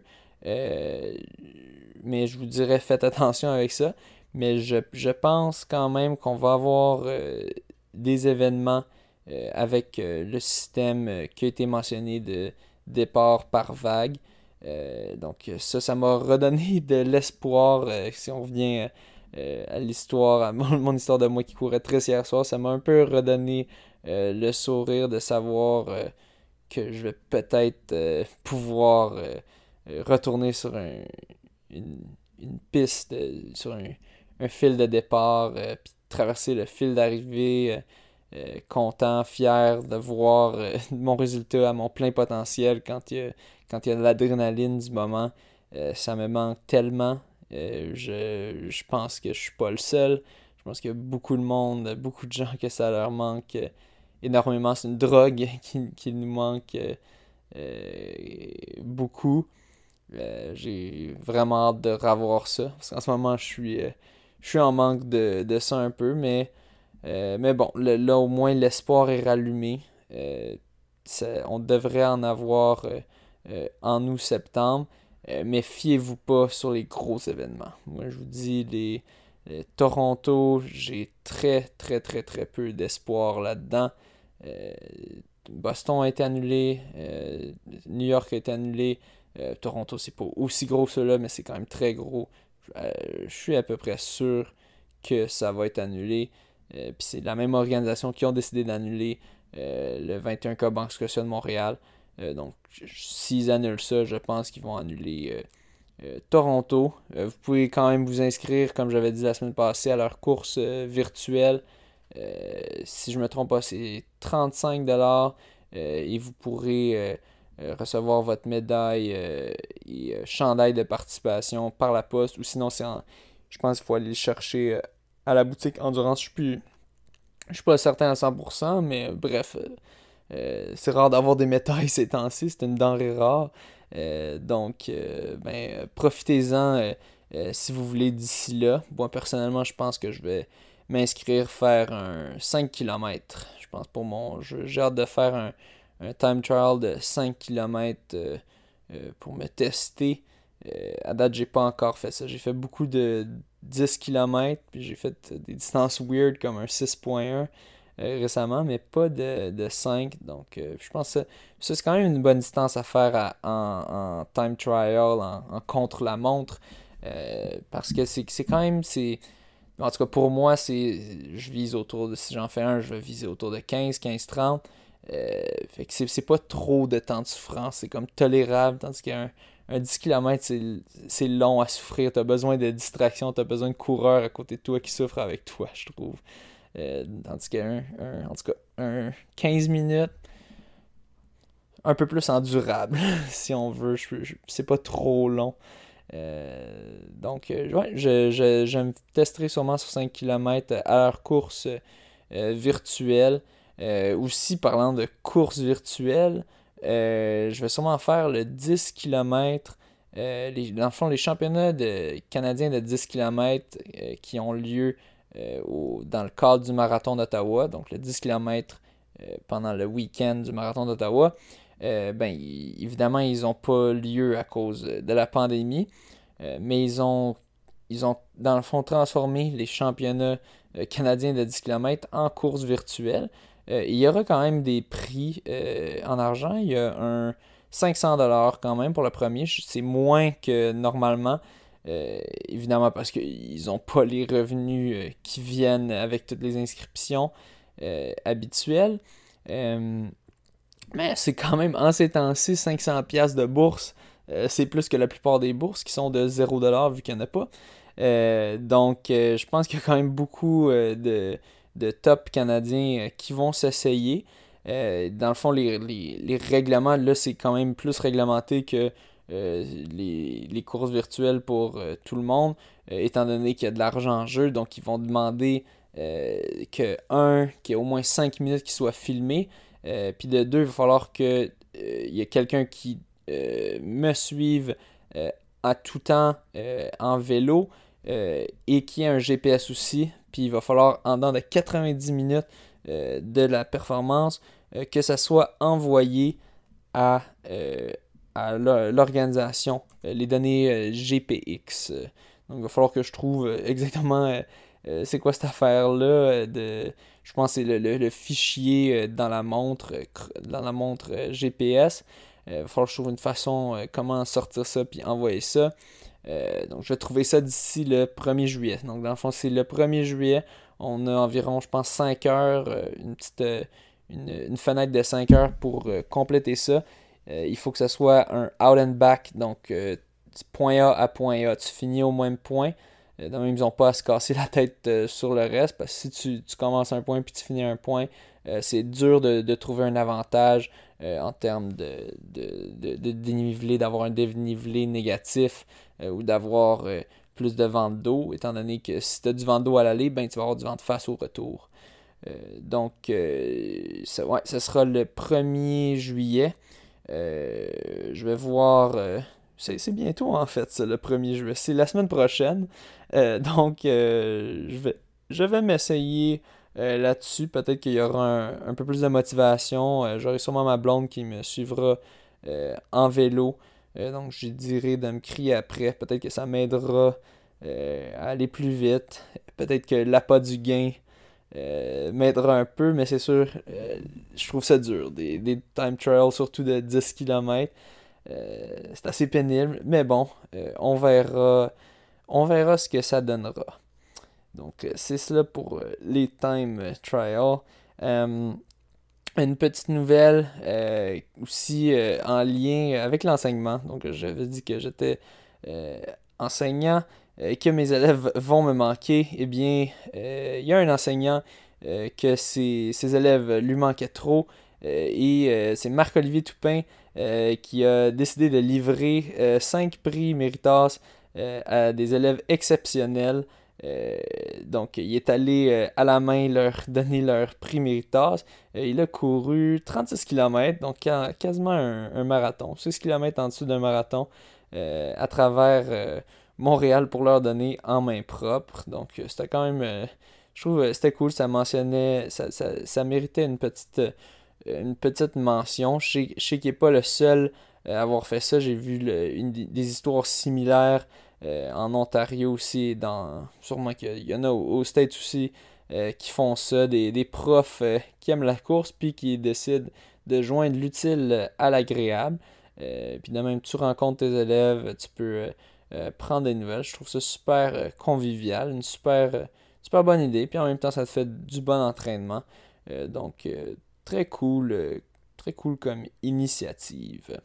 Euh, mais je vous dirais, faites attention avec ça. Mais je, je pense quand même qu'on va avoir euh, des événements euh, avec euh, le système euh, qui a été mentionné de départ par vague. Euh, donc ça, ça m'a redonné de l'espoir. Euh, si on revient euh, à l'histoire, à mon, mon histoire de moi qui courait triste hier soir, ça m'a un peu redonné euh, le sourire de savoir euh, que je vais peut-être euh, pouvoir euh, retourner sur un, une, une piste, euh, sur un, un fil de départ, euh, puis traverser le fil d'arrivée, euh, euh, content, fier de voir euh, mon résultat à mon plein potentiel quand il y a, quand il y a de l'adrénaline du moment. Euh, ça me manque tellement. Euh, je, je pense que je suis pas le seul. Je pense qu'il y a beaucoup de monde, beaucoup de gens que ça leur manque euh, énormément. C'est une drogue qui, qui nous manque euh, euh, beaucoup. Euh, j'ai vraiment hâte de revoir ça. Parce qu'en ce moment, je suis, euh, je suis en manque de, de ça un peu. Mais, euh, mais bon, le- là, au moins, l'espoir est rallumé. Euh, ça- on devrait en avoir euh, euh, en août-septembre. Euh, mais fiez-vous pas sur les gros événements. Moi, je vous dis, les, les Toronto, j'ai très, très, très, très peu d'espoir là-dedans. Euh, Boston a été annulé. Euh, New York a été annulé. Euh, Toronto, c'est pas aussi gros que cela, mais c'est quand même très gros. Euh, je suis à peu près sûr que ça va être annulé. Euh, Puis c'est la même organisation qui ont décidé d'annuler euh, le vingt et un K Banque Scotia de Montréal. Euh, donc, s'ils annulent ça, je pense qu'ils vont annuler euh, euh, Toronto. Euh, vous pouvez quand même vous inscrire, comme j'avais dit la semaine passée, à leur course euh, virtuelle. Euh, si je me trompe pas, c'est trente-cinq dollars euh, et vous pourrez euh, euh, recevoir votre médaille euh, et euh, chandail de participation par la poste ou sinon c'est en, je pense qu'il faut aller le chercher euh, à la boutique Endurance. Je suis plus je suis pas certain à cent pour cent mais euh, bref euh, euh, c'est rare d'avoir des médailles ces temps-ci, c'est une denrée rare. Euh, donc euh, ben euh, profitez-en euh, euh, si vous voulez d'ici là. Moi personnellement, je pense que je vais m'inscrire faire un cinq kilomètres. Je pense pour mon jeu. J'ai hâte de faire un, un time trial de cinq kilomètres euh, euh, pour me tester. Euh, à date, j'ai pas encore fait ça. J'ai fait beaucoup de dix kilomètres, puis j'ai fait des distances weird comme un six virgule un euh, récemment, mais pas de, de cinq. Donc, euh, je pense que ça, ça, c'est quand même une bonne distance à faire à- en, en time trial, en, en contre-la-montre. Euh, parce que c'est, c'est quand même, c'est, En tout cas, pour moi, c'est je vise autour de, si j'en fais un, je vais viser autour de quinze, quinze trente. Euh, fait que c'est, c'est pas trop de temps de souffrance, c'est comme tolérable, tandis qu'un un dix kilomètres, c'est, c'est long à souffrir. T'as besoin de distraction, t'as besoin de coureurs à côté de toi qui souffrent avec toi, je trouve. Euh, tandis qu'un, un, en tout cas, un quinze minutes, un peu plus endurable, si on veut. Je, je- c'est pas trop long. Euh, donc, euh, ouais, je, je, je me testerai sûrement sur cinq kilomètres à leur course euh, virtuelle. Euh, aussi, parlant de course virtuelle, euh, je vais sûrement faire le dix kilomètres. Euh, les, dans le fond, les championnats de, canadiens de dix kilomètres euh, qui ont lieu euh, au- dans le cadre du marathon d'Ottawa, donc le dix kilomètres euh, pendant le week-end du marathon d'Ottawa. Euh, ben, y- évidemment, ils n'ont pas lieu à cause de la pandémie, euh, mais ils ont, ils ont, dans le fond, transformé les championnats euh, canadiens de dix kilomètres en course virtuelle. Euh, il y aura quand même des prix euh, en argent. Il y a un cinq cents dollars quand même pour le premier. C'est moins que normalement. Euh, évidemment parce qu'ils n'ont pas les revenus euh, qui viennent avec toutes les inscriptions euh, habituelles. Euh, mais c'est quand même, en ces temps-ci, cinq cents pièces de bourse, euh, c'est plus que la plupart des bourses qui sont de zéro dollar vu qu'il n'y en a pas. Euh, donc, euh, je pense qu'il y a quand même beaucoup euh, de, de top canadiens euh, qui vont s'essayer. Euh, dans le fond, les, les, les règlements, là, c'est quand même plus réglementé que euh, les, les courses virtuelles pour euh, tout le monde, euh, étant donné qu'il y a de l'argent en jeu. Donc, ils vont demander euh, que, un, qu'il y ait au moins cinq minutes qui soit filmé. Euh, puis de deux, il va falloir que euh, il y ait quelqu'un qui euh, me suive euh, à tout temps euh, en vélo euh, et qui ait un G P S aussi. Puis il va falloir, en dedans de quatre-vingt-dix minutes euh, de la performance, euh, que ça soit envoyé à, euh, à l'organisation, euh, les données euh, G P X. Donc il va falloir que je trouve euh, exactement euh, euh, c'est quoi cette affaire-là euh, de. Je pense que c'est le, le- le fichier euh, dans la montre, euh, dans la montre euh, G P S. Euh, il va falloir que je trouve une façon euh, comment sortir ça puis envoyer ça. Euh, donc je vais trouver ça d'ici le premier juillet. Donc dans le fond, c'est le premier juillet. On a environ, je pense, cinq heures, euh, une petite euh, une, une fenêtre de cinq heures pour euh, compléter ça. Euh, il faut que ce soit un out and back, donc euh, point A à point A. Tu finis au même point. Euh, donc ils n'ont pas à se casser la tête euh, sur le reste, parce que si tu, tu commences un point puis tu finis un point, euh, c'est dur de, de trouver un avantage euh, en termes de, de, de, de dénivelé, d'avoir un dénivelé négatif euh, ou d'avoir euh, plus de vent d'eau, étant donné que si tu as du vent d'eau à l'aller, ben, tu vas avoir du vent de face au retour. Euh, donc, euh, ça, ouais, ça sera le premier juillet. Euh, je vais voir. euh, c'est, c'est bientôt en fait, ça, le premier juillet. C'est la semaine prochaine. Euh, donc, euh, je vais, je vais m'essayer euh, là-dessus. Peut-être qu'il y aura un, un peu plus de motivation. Euh, j'aurai sûrement ma blonde qui me suivra euh, en vélo. Euh, donc, je dirai de me crier après. Peut-être que ça m'aidera euh, à aller plus vite. Peut-être que l'appât du gain euh, m'aidera un peu, mais c'est sûr, euh, je trouve ça dur. Des, des time trials, surtout de dix kilomètres, euh, c'est assez pénible, mais bon, euh, on verra, on verra ce que ça donnera. Donc, euh, c'est cela pour euh, les time trials. Euh, une petite nouvelle euh, aussi euh, en lien avec l'enseignement. Donc, j'avais dit que j'étais euh, enseignant et que mes élèves vont me manquer. Eh bien, euh, il y a un enseignant euh, que ses, ses élèves lui manquaient trop. Euh, et euh, c'est Marc-Olivier Toupin euh, qui a décidé de livrer euh, cinq prix Méritas euh, à des élèves exceptionnels. Euh, donc, il est allé euh, à la main leur donner leur prix Méritas. Euh, il a couru trente-six kilomètres, donc quasiment un, un marathon. six kilomètres en dessous d'un marathon euh, à travers euh, Montréal pour leur donner en main propre. Donc, euh, c'était quand même. Euh, je trouve que c'était cool. Ça mentionnait. Ça, ça, ça méritait une petite, euh, une petite mention. Je sais, je sais qu'il n'est pas le seul à avoir fait ça. J'ai vu le- une, des histoires similaires euh, en Ontario aussi. Dans, sûrement qu'il y en a aux, aux States aussi euh, qui font ça, des, des profs euh, qui aiment la course puis qui décident de joindre l'utile à l'agréable. Euh, puis de même, tu rencontres tes élèves, tu peux euh, euh, prendre des nouvelles. Je trouve ça super euh, convivial, une super, euh, super bonne idée. Puis en même temps, ça te fait du bon entraînement. Euh, donc, euh, très cool, euh, très cool comme initiative.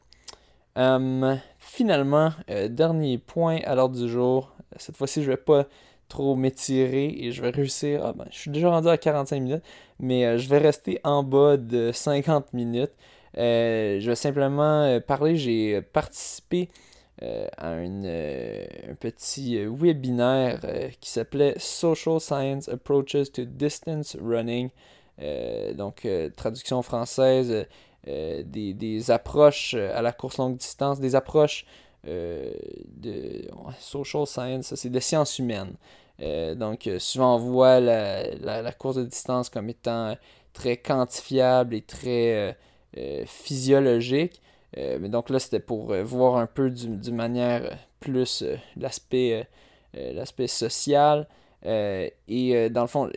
Euh, finalement, euh, dernier point à l'ordre du jour. Cette fois-ci, je vais pas trop m'étirer et je vais réussir. Ah ben, je suis déjà rendu à quarante-cinq minutes, mais euh, je vais rester en bas de cinquante minutes. Euh, je vais simplement euh, parler. J'ai participé euh, à une, euh, un petit euh, webinaire euh, qui s'appelait Social Science Approaches to Distance Running. Euh, donc, euh, traduction française, euh, des, des approches à la course longue distance, des approches euh, de ouais, social science, c'est de sciences humaines. Euh, donc, euh, souvent on voit la, la, la course de distance comme étant très quantifiable et très euh, euh, physiologique. Euh, mais donc là, c'était pour euh, voir un peu d'une manière plus euh, l'aspect euh, l'aspect social. Euh, et euh, dans le fond,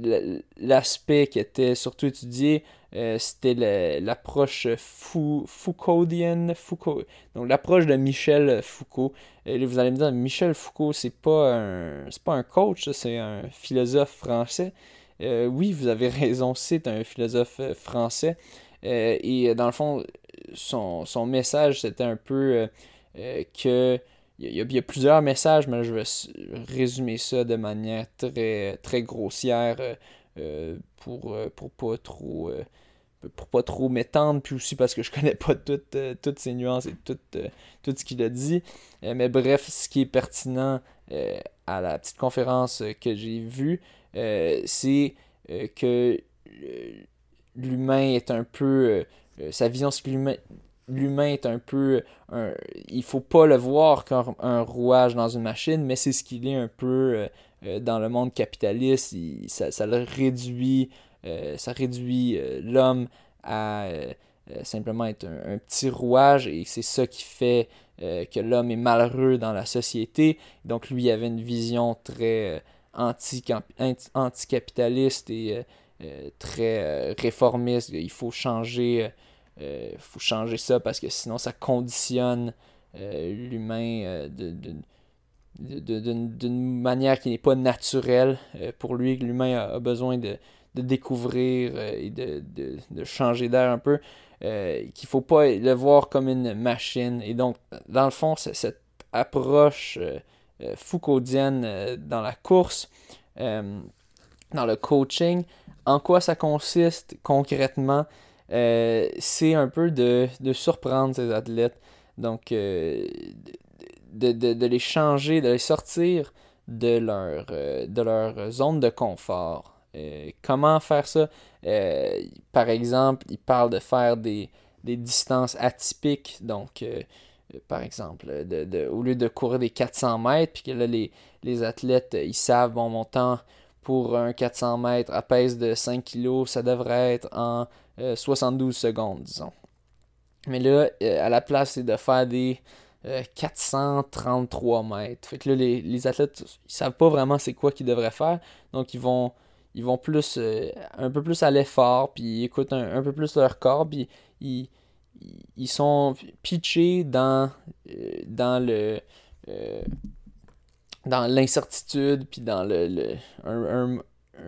l'aspect qui était surtout étudié, euh, c'était l'approche Fou Foucauldienne, Foucault, donc l'approche de Michel Foucault. Et là, vous allez me dire, Michel Foucault, c'est pas un, c'est pas un coach, c'est un philosophe français. Euh, oui, vous avez raison, c'est un philosophe français. Euh, et dans le fond, son, son message, c'était un peu euh, euh, que il y, a, il y, a, plusieurs messages, mais là, je vais résumer ça de manière très, très grossière euh, euh, pour, euh, pour pas trop euh, pour pas trop m'étendre, puis aussi parce que je connais pas toutes, euh, toutes ces nuances et tout, euh, tout ce qu'il a dit. Euh, mais bref, ce qui est pertinent euh, à la petite conférence que j'ai vue, euh, c'est euh, que l'humain est un peu... Euh, sa vision, c'est que l'humain l'humain est un peu un, il faut pas le voir comme un rouage dans une machine, mais c'est ce qu'il est un peu euh, dans le monde capitaliste. Il, ça, ça le réduit euh, ça réduit euh, l'homme à euh, simplement être un, un petit rouage, et c'est ça qui fait euh, que l'homme est malheureux dans la société. Donc lui, il avait une vision très euh, anti, anticapitaliste et euh, euh, très euh, réformiste. Il faut changer euh, faut changer ça parce que sinon ça conditionne euh, l'humain euh, de, de, de, d'une manière qui n'est pas naturelle euh, pour lui. L'humain a, a besoin de, de découvrir euh, et de, de, de changer d'air un peu. Euh, qu'il ne faut pas le voir comme une machine. Et donc, dans le fond, cette approche euh, euh, Foucauldienne euh, dans la course, euh, dans le coaching, en quoi ça consiste concrètement? Euh, c'est un peu de, de surprendre ces athlètes. Donc, euh, de, de, de les changer, de les sortir de leur, euh, de leur zone de confort. Euh, comment faire ça? Euh, par exemple, ils parlent de faire des, des distances atypiques. Donc, euh, par exemple, de, de, au lieu de courir des quatre cents mètres, puis que là, les, les athlètes, ils savent, bon, mon temps pour un quatre cents mètres à pèse de cinq kilos, ça devrait être en euh, soixante-douze secondes, disons. Mais là, euh, à la place, c'est de faire des euh, quatre cent trente-trois mètres. Fait que là, les, les athlètes, ils savent pas vraiment c'est quoi qu'ils devraient faire. Donc, ils vont, ils vont plus, euh, un peu plus à l'effort, puis ils écoutent un, un peu plus leur corps, puis ils, ils sont pitchés dans, euh, dans le... Euh, dans l'incertitude, puis dans le, le, un, un,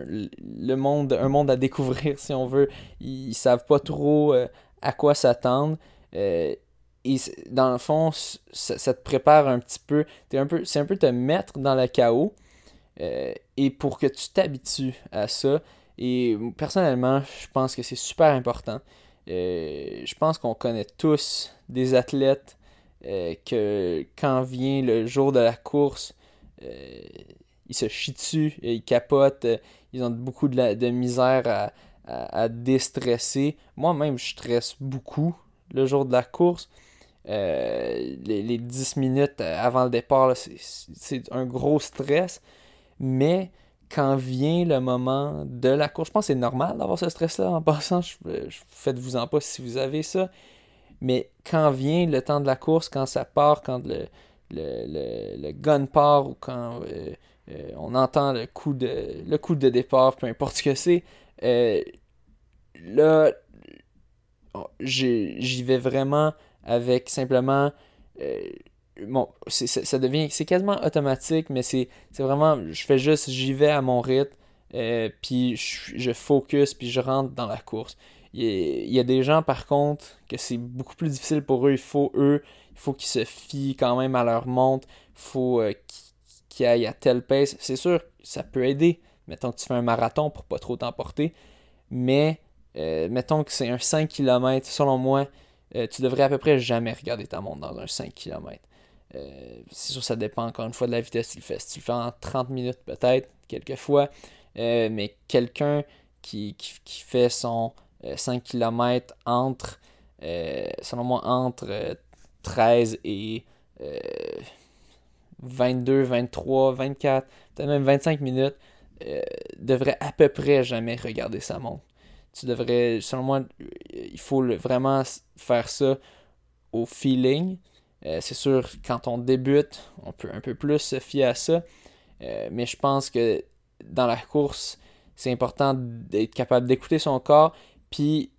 le monde, un monde à découvrir, si on veut. Ils, ils savent pas trop euh, à quoi s'attendre. Euh, et dans le fond, ça, ça te prépare un petit peu. T'es un peu c'est un peu te mettre dans le chaos. Euh, et pour que tu t'habitues à ça. Et personnellement, je pense que c'est super important. Euh, je pense qu'on connaît tous des athlètes euh, que quand vient le jour de la course, euh, ils se chient dessus, ils capotent, euh, ils ont beaucoup de, la, de misère à, à, à déstresser. Moi-même, je stresse beaucoup le jour de la course. Euh, les, les dix minutes avant le départ, c'est un gros stress. Mais quand vient le moment de la course, je pense que c'est normal d'avoir ce stress-là en passant. Je, je, faites-vous-en pas si vous avez ça. Mais quand vient le temps de la course, quand ça part, quand le, le, le, le gun part ou quand euh, euh, on entend le coup de, le coup de départ, peu importe ce que c'est, euh, là, j'y vais vraiment avec simplement euh, bon, c'est, c'est- ça devient, c'est quasiment automatique, mais c'est, c'est vraiment, je fais juste, j'y vais à mon rythme, euh, puis je, je focus, puis je rentre dans la course. Il y, a, il y a des gens, par contre, que c'est beaucoup plus difficile pour eux. Il faut, eux, il faut qu'ils se fient quand même à leur montre. Il faut euh, qu'ils qu'ils aillent à telle pace. C'est sûr, ça peut aider. Mettons que tu fais un marathon pour pas trop t'emporter. Mais, euh, mettons que c'est un cinq kilomètres, selon moi, euh, tu devrais à peu près jamais regarder ta montre dans un cinq kilomètres. Euh, c'est sûr, ça dépend encore une fois de la vitesse que tu le fais. Si tu le fais en trente minutes, peut-être, quelquefois. Euh, mais quelqu'un qui, qui, qui fait son euh, cinq kilomètres entre, euh, selon moi, entre euh, treize et euh, vingt-deux, vingt-trois, vingt-quatre, peut-être même vingt-cinq minutes, euh, devrait à peu près jamais regarder sa montre. Tu devrais, selon moi, il faut le- vraiment faire ça au feeling. Euh, c'est sûr, quand on débute, on peut un peu plus se fier à ça. Euh, mais je pense que dans la course, c'est important d'être capable d'écouter son corps, puis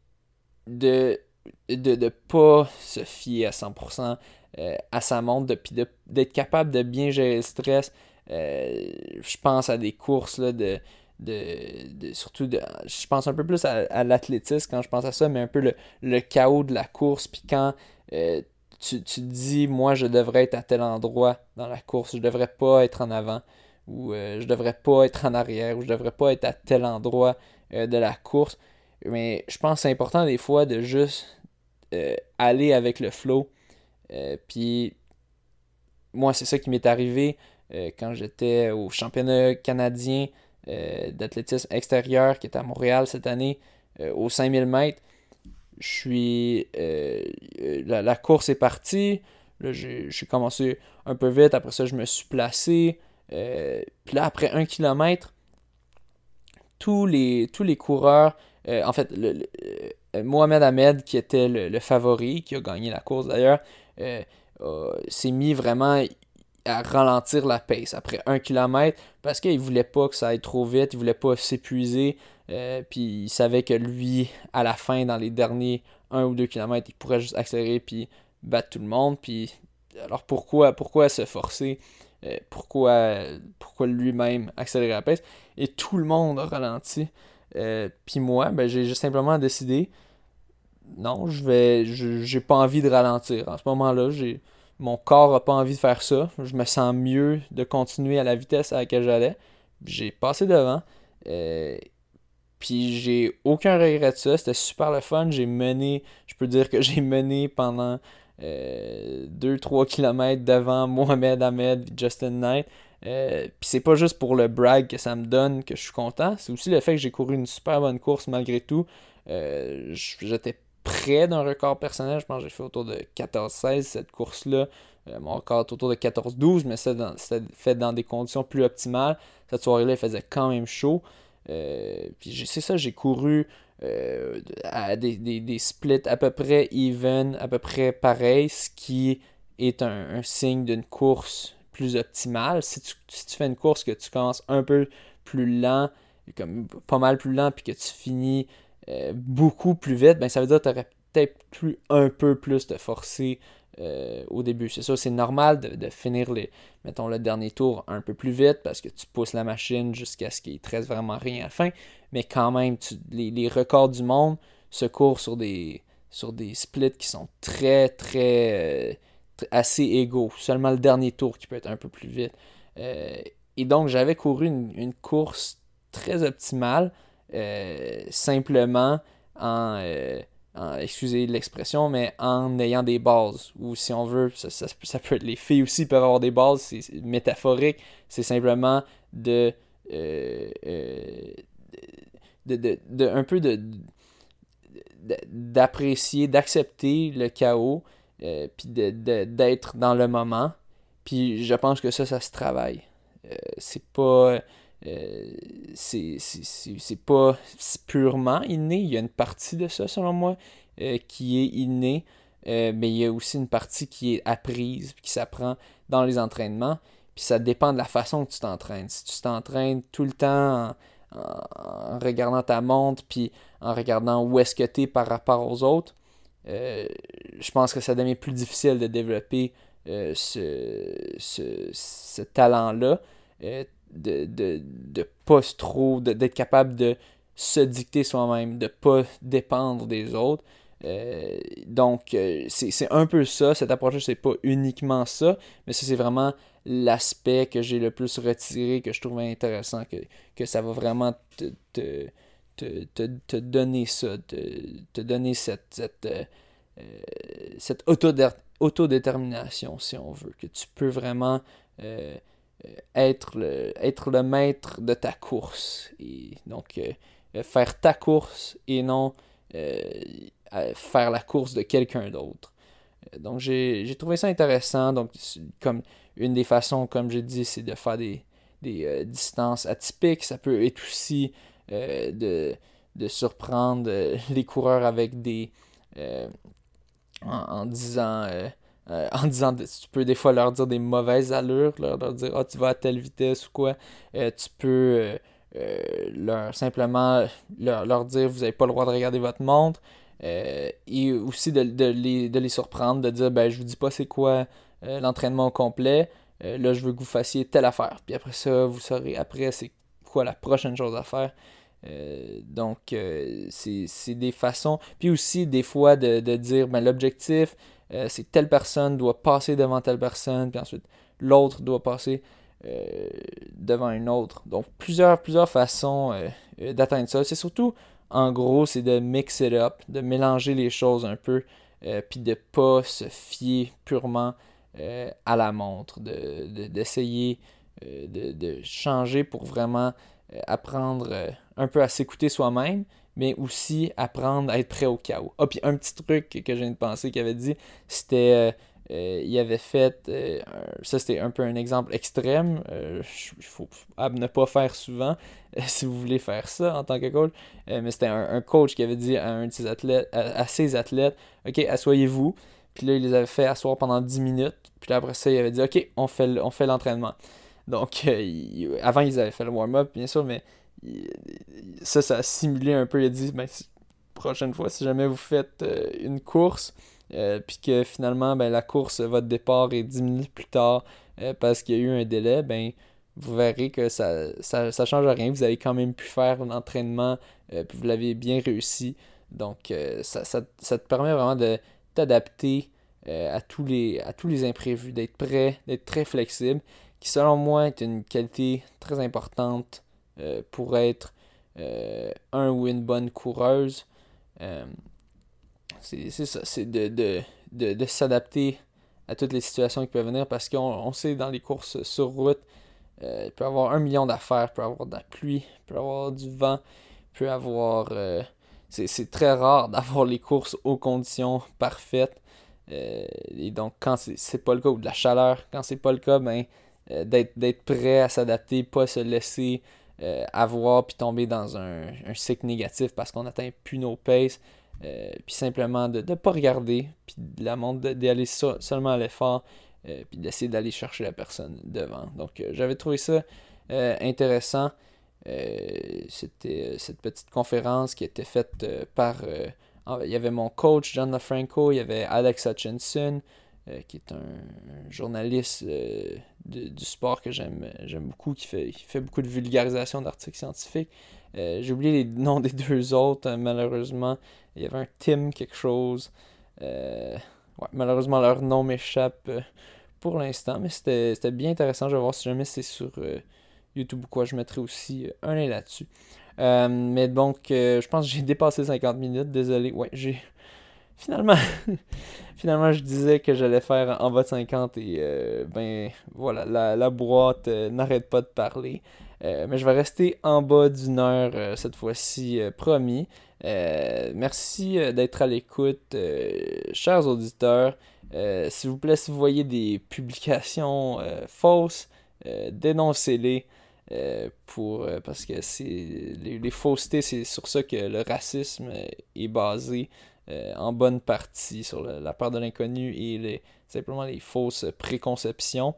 de de ne pas se fier à cent pour cent euh, à sa montre, puis de, d'être capable de bien gérer le stress. Euh, je pense à des courses là, de, de, de surtout de, je pense un peu plus à, à l'athlétisme quand je pense à ça, mais un peu le, le chaos de la course, puis quand euh, tu, tu te dis, moi je devrais être à tel endroit dans la course, je devrais pas être en avant, ou euh, je devrais pas être en arrière, ou je devrais pas être à tel endroit euh, de la course. Mais je pense que c'est important des fois de juste euh, aller avec le flow. Euh, Puis moi, c'est ça qui m'est arrivé euh, quand j'étais au championnat canadien euh, d'athlétisme extérieur qui est à Montréal cette année euh, aux cinq mille mètres. Je suis. Euh, euh, la, la course est partie. Là, j'ai, j'ai commencé un peu vite. Après ça, je me suis placé. Euh, Puis là, après un kilomètre, tous les, tous les coureurs, euh, en fait, le, le, euh, Mohamed Ahmed, qui était le, le favori, qui a gagné la course d'ailleurs, euh, euh, s'est mis vraiment à ralentir la pace après un kilomètre parce qu'il voulait pas que ça aille trop vite, il voulait pas s'épuiser, euh, puis il savait que lui, à la fin, dans les derniers un ou deux kilomètres, il pourrait juste accélérer puis battre tout le monde. Puis alors pourquoi, pourquoi se forcer? Euh, pourquoi, pourquoi lui-même accélérer la pace? Et tout le monde a ralenti. Euh, puis moi, ben, j'ai juste simplement décidé, non, je vais, je- j'ai pas envie de ralentir. En ce moment-là, j'ai, mon corps a pas envie de faire ça. Je me sens mieux de continuer à la vitesse à laquelle j'allais. J'ai passé devant. Euh, Puis j'ai aucun regret de ça. C'était super le fun. J'ai mené, je peux dire que j'ai mené pendant euh, deux trois kilomètres devant Mohamed Ahmed et Justin Knight. Euh, Puis c'est pas juste pour le brag que ça me donne que je suis content. C'est aussi le fait que j'ai couru une super bonne course malgré tout. Euh, J'étais près d'un record personnel. Je pense que j'ai fait autour de quatorze seize cette course-là. Euh, mon record est autour de quatorze douze, mais c'était dans- c'était fait dans des conditions plus optimales. Cette soirée-là, il faisait quand même chaud. Euh, puis c'est ça, j'ai couru euh, à des, des, des splits à peu près even, à peu près pareil, ce qui est un, un signe d'une course plus optimale. Si tu, si tu fais une course que tu commences un peu plus lent, comme pas mal plus lent, puis que tu finis euh, beaucoup plus vite, ben ça veut dire que tu aurais peut-être pu un peu plus te forcer euh, au début. C'est ça, c'est normal de, de finir les, mettons, le dernier tour un peu plus vite parce que tu pousses la machine jusqu'à ce qu'il ne te reste vraiment rien à la fin. Mais quand même, tu, les, les records du monde se courent sur des, sur des splits qui sont très, très, euh, tr- assez égaux. Seulement le dernier tour qui peut être un peu plus vite. Euh, et donc, j'avais couru une, une course très optimale, euh, simplement en, euh, en- excusez l'expression, mais en ayant des bases. Ou si on veut, ça, ça, ça peut être les filles aussi peuvent avoir des bases, c'est c'est métaphorique, c'est simplement de, euh, euh, de, de, de- un peu de, de- d'apprécier, d'accepter le chaos, euh, puis de, de- d'être dans le moment. Puis je pense que ça, ça se travaille. Euh, c'est pas. euh, c'est, c'est, c'est, c'est pas purement inné. Il y a une partie de ça, selon moi, euh, qui est innée. Euh, mais il y a aussi une partie qui est apprise, qui s'apprend dans les entraînements. Puis ça dépend de la façon que tu t'entraînes. Si tu t'entraînes tout le temps en, en- en regardant ta montre, puis en regardant où est-ce que tu es par rapport aux autres, euh, je pense que ça devient plus difficile de développer euh, ce, ce, ce talent-là, euh, de, de, de pas trop, de, d'être capable de se dicter soi-même, de pas dépendre des autres. Euh, donc, euh, c'est, c'est un peu ça, cette approche-là, c'est pas uniquement ça, mais ça, c'est vraiment l'aspect que j'ai le plus retiré, que je trouvais intéressant, que, que ça va vraiment te, te, te, te, te donner ça, te, te donner cette, cette, euh, euh, cette autodé- autodétermination, si on veut, que tu peux vraiment euh, euh, être, le, être le maître de ta course. Et donc, euh, faire ta course et non euh, faire la course de quelqu'un d'autre. Donc, j'ai, j'ai trouvé ça intéressant. Donc, comme une des façons, comme j'ai dit, c'est de faire des, des euh, distances atypiques. Ça peut être aussi euh, de, de surprendre euh, les coureurs avec des... Euh, en, en disant... Euh, euh, en disant, tu peux des fois leur dire des mauvaises allures, leur, leur dire, ah, oh, tu vas à telle vitesse ou quoi. Euh, tu peux euh, euh, leur simplement leur, leur dire, vous n'avez pas le droit de regarder votre montre. Euh, et aussi de, de, les, de les surprendre, de dire, ben, je vous dis pas c'est quoi euh, l'entraînement au complet. Euh, là, je veux que vous fassiez telle affaire. Puis après ça, vous saurez après c'est quoi la prochaine chose à faire. Euh, donc, euh, c'est, c'est des façons. Puis aussi, des fois, de, de dire, ben, l'objectif, euh, c'est que telle personne doit passer devant telle personne, puis ensuite, l'autre doit passer euh, devant une autre. Donc, plusieurs, plusieurs façons euh, euh, d'atteindre ça. C'est surtout, en gros, c'est de mix it up, de mélanger les choses un peu, euh, puis de pas se fier purement euh, à la montre, de, de- d'essayer euh, de, de changer pour vraiment euh, apprendre euh, un peu à s'écouter soi-même, mais aussi apprendre à être prêt au chaos. Ah, puis un petit truc que je viens de penser qu'il avait dit, c'était, euh, euh, il avait fait, euh, un- ça c'était un peu un exemple extrême, euh, il faut à ne pas faire souvent euh, si vous voulez faire ça en tant que coach, euh, mais c'était un, un coach qui avait dit à un de ses athlètes, à, à ses athlètes, ok, asseyez-vous, puis là il les avait fait asseoir pendant dix minutes, puis là après ça il avait dit, ok, on fait, l- on fait l'entraînement. Donc, euh, il- avant, ils avaient fait le warm-up, bien sûr, mais il- ça, ça a simulé un peu. Il a dit, ben, si- prochaine fois, si jamais vous faites euh, une course, euh, puis que finalement, ben, la course, votre départ est dix minutes plus tard euh, parce qu'il y a eu un délai, ben, vous verrez que ça, ça, ça change rien. Vous avez quand même pu faire l'entraînement, euh, puis vous l'avez bien réussi. Donc, euh, ça, ça, ça te permet vraiment de t'adapter euh, à tous les, à tous les imprévus, d'être prêt, d'être très flexible qui selon moi est une qualité très importante euh, pour être euh, un ou une bonne coureuse. Euh, c'est, c'est ça, c'est de, de, de, de s'adapter à toutes les situations qui peuvent venir parce qu'on on sait dans les courses sur route, euh, il peut y avoir un million d'affaires, il peut y avoir de la pluie, il peut y avoir du vent, il peut y avoir... euh, c'est, c'est très rare d'avoir les courses aux conditions parfaites. Euh, et donc, quand c'est, c'est pas le cas, ou de la chaleur, quand c'est pas le cas, ben, euh, d'être, d'être prêt à s'adapter, pas se laisser euh, avoir puis tomber dans un, un cycle négatif parce qu'on n'atteint plus nos paces. Euh, puis simplement de ne pas regarder, puis de la montre, de- d'aller so- seulement à l'effort, euh, puis d'essayer d'aller chercher la personne devant. Donc, euh, j'avais trouvé ça euh, intéressant. Euh, C'était euh, cette petite conférence qui était faite euh, par... euh, en- il y avait mon coach, John LaFranco, il y avait Alex Hutchinson, euh, qui est un, un journaliste euh, de- du sport que j'aime j'aime beaucoup, qui fait, qui fait beaucoup de vulgarisation d'articles scientifiques. Euh, j'ai oublié les noms des deux autres, euh, malheureusement. Il y avait un Tim quelque chose. Euh, ouais, malheureusement, leur nom m'échappe euh, pour l'instant, mais c'était c'était bien intéressant. Je vais voir si jamais c'est sur euh, YouTube ou quoi. Je mettrai aussi euh, un lien là-dessus. Euh, mais donc, euh, je pense que j'ai dépassé cinquante minutes. Désolé. Ouais, j'ai. Finalement, finalement, je disais que j'allais faire en bas de cinquante et euh, ben voilà, la, la boîte euh, n'arrête pas de parler. Euh, mais je vais rester en bas d'une heure euh, cette fois-ci, euh, promis. Euh, merci euh, d'être à l'écoute, euh, chers auditeurs. Euh, s'il vous plaît, si vous voyez des publications euh, fausses, euh, dénoncez-les. Euh, pour, euh, parce que c'est les, les faussetés, c'est sur ça que le racisme euh, est basé euh, en bonne partie sur le- la peur de l'inconnu et les, simplement les fausses préconceptions.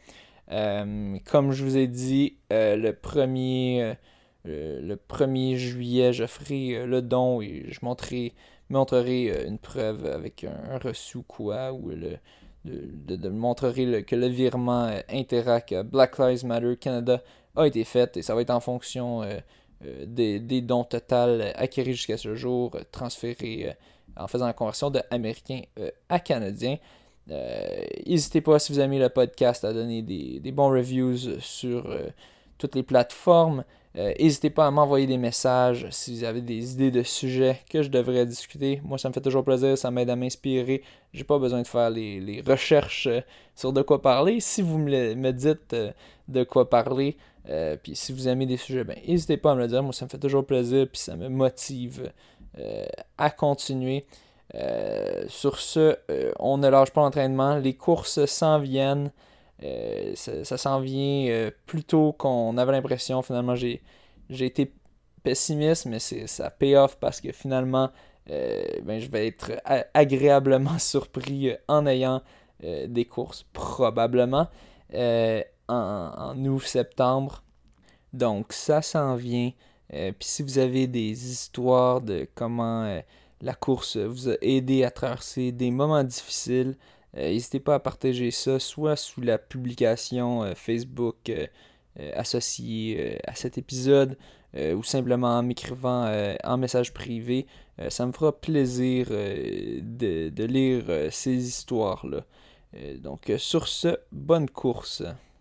Euh, comme je vous ai dit, euh, le premier, euh, le, le premier juillet, je ferai euh, le don et je montrerai, montrerai euh, une preuve avec un, un reçu ou quoi, ou le, de, de, de montrer le, que le virement euh, Interac euh, Black Lives Matter Canada a été fait et ça va être en fonction euh, euh, des, des dons total acquis jusqu'à ce jour, euh, transférés euh, en faisant la conversion de américain euh, à canadien. Euh, N'hésitez pas, si vous aimez le podcast, à donner des, des bons reviews sur euh, toutes les plateformes. Euh, N'hésitez pas à m'envoyer des messages si vous avez des idées de sujets que je devrais discuter. Moi, ça me fait toujours plaisir, ça m'aide à m'inspirer. J'ai pas besoin de faire les, les recherches euh, sur de quoi parler. Si vous me, le, me dites euh, de quoi parler, euh, puis si vous aimez des sujets, ben n'hésitez pas à me le dire. Moi, ça me fait toujours plaisir, puis ça me motive euh, à continuer. Euh, sur ce, euh, on ne lâche pas l'entraînement. Les courses s'en viennent. Euh, ça, ça s'en vient euh, plus tôt qu'on avait l'impression. Finalement, j'ai, j'ai été pessimiste, mais c'est, ça paye off parce que finalement, euh, ben, je vais être a- agréablement surpris euh, en ayant euh, des courses, probablement, euh, en, en août-septembre. Donc, ça s'en vient. Euh, Puis si vous avez des histoires de comment euh, la course vous a aidé à traverser des moments difficiles, euh, n'hésitez pas à partager ça, soit sous la publication euh, Facebook euh, euh, associée euh, à cet épisode, euh, ou simplement en m'écrivant euh, en message privé. Euh, ça me fera plaisir euh, de, de lire euh, ces histoires-là. Euh, donc, euh, sur ce, bonne course.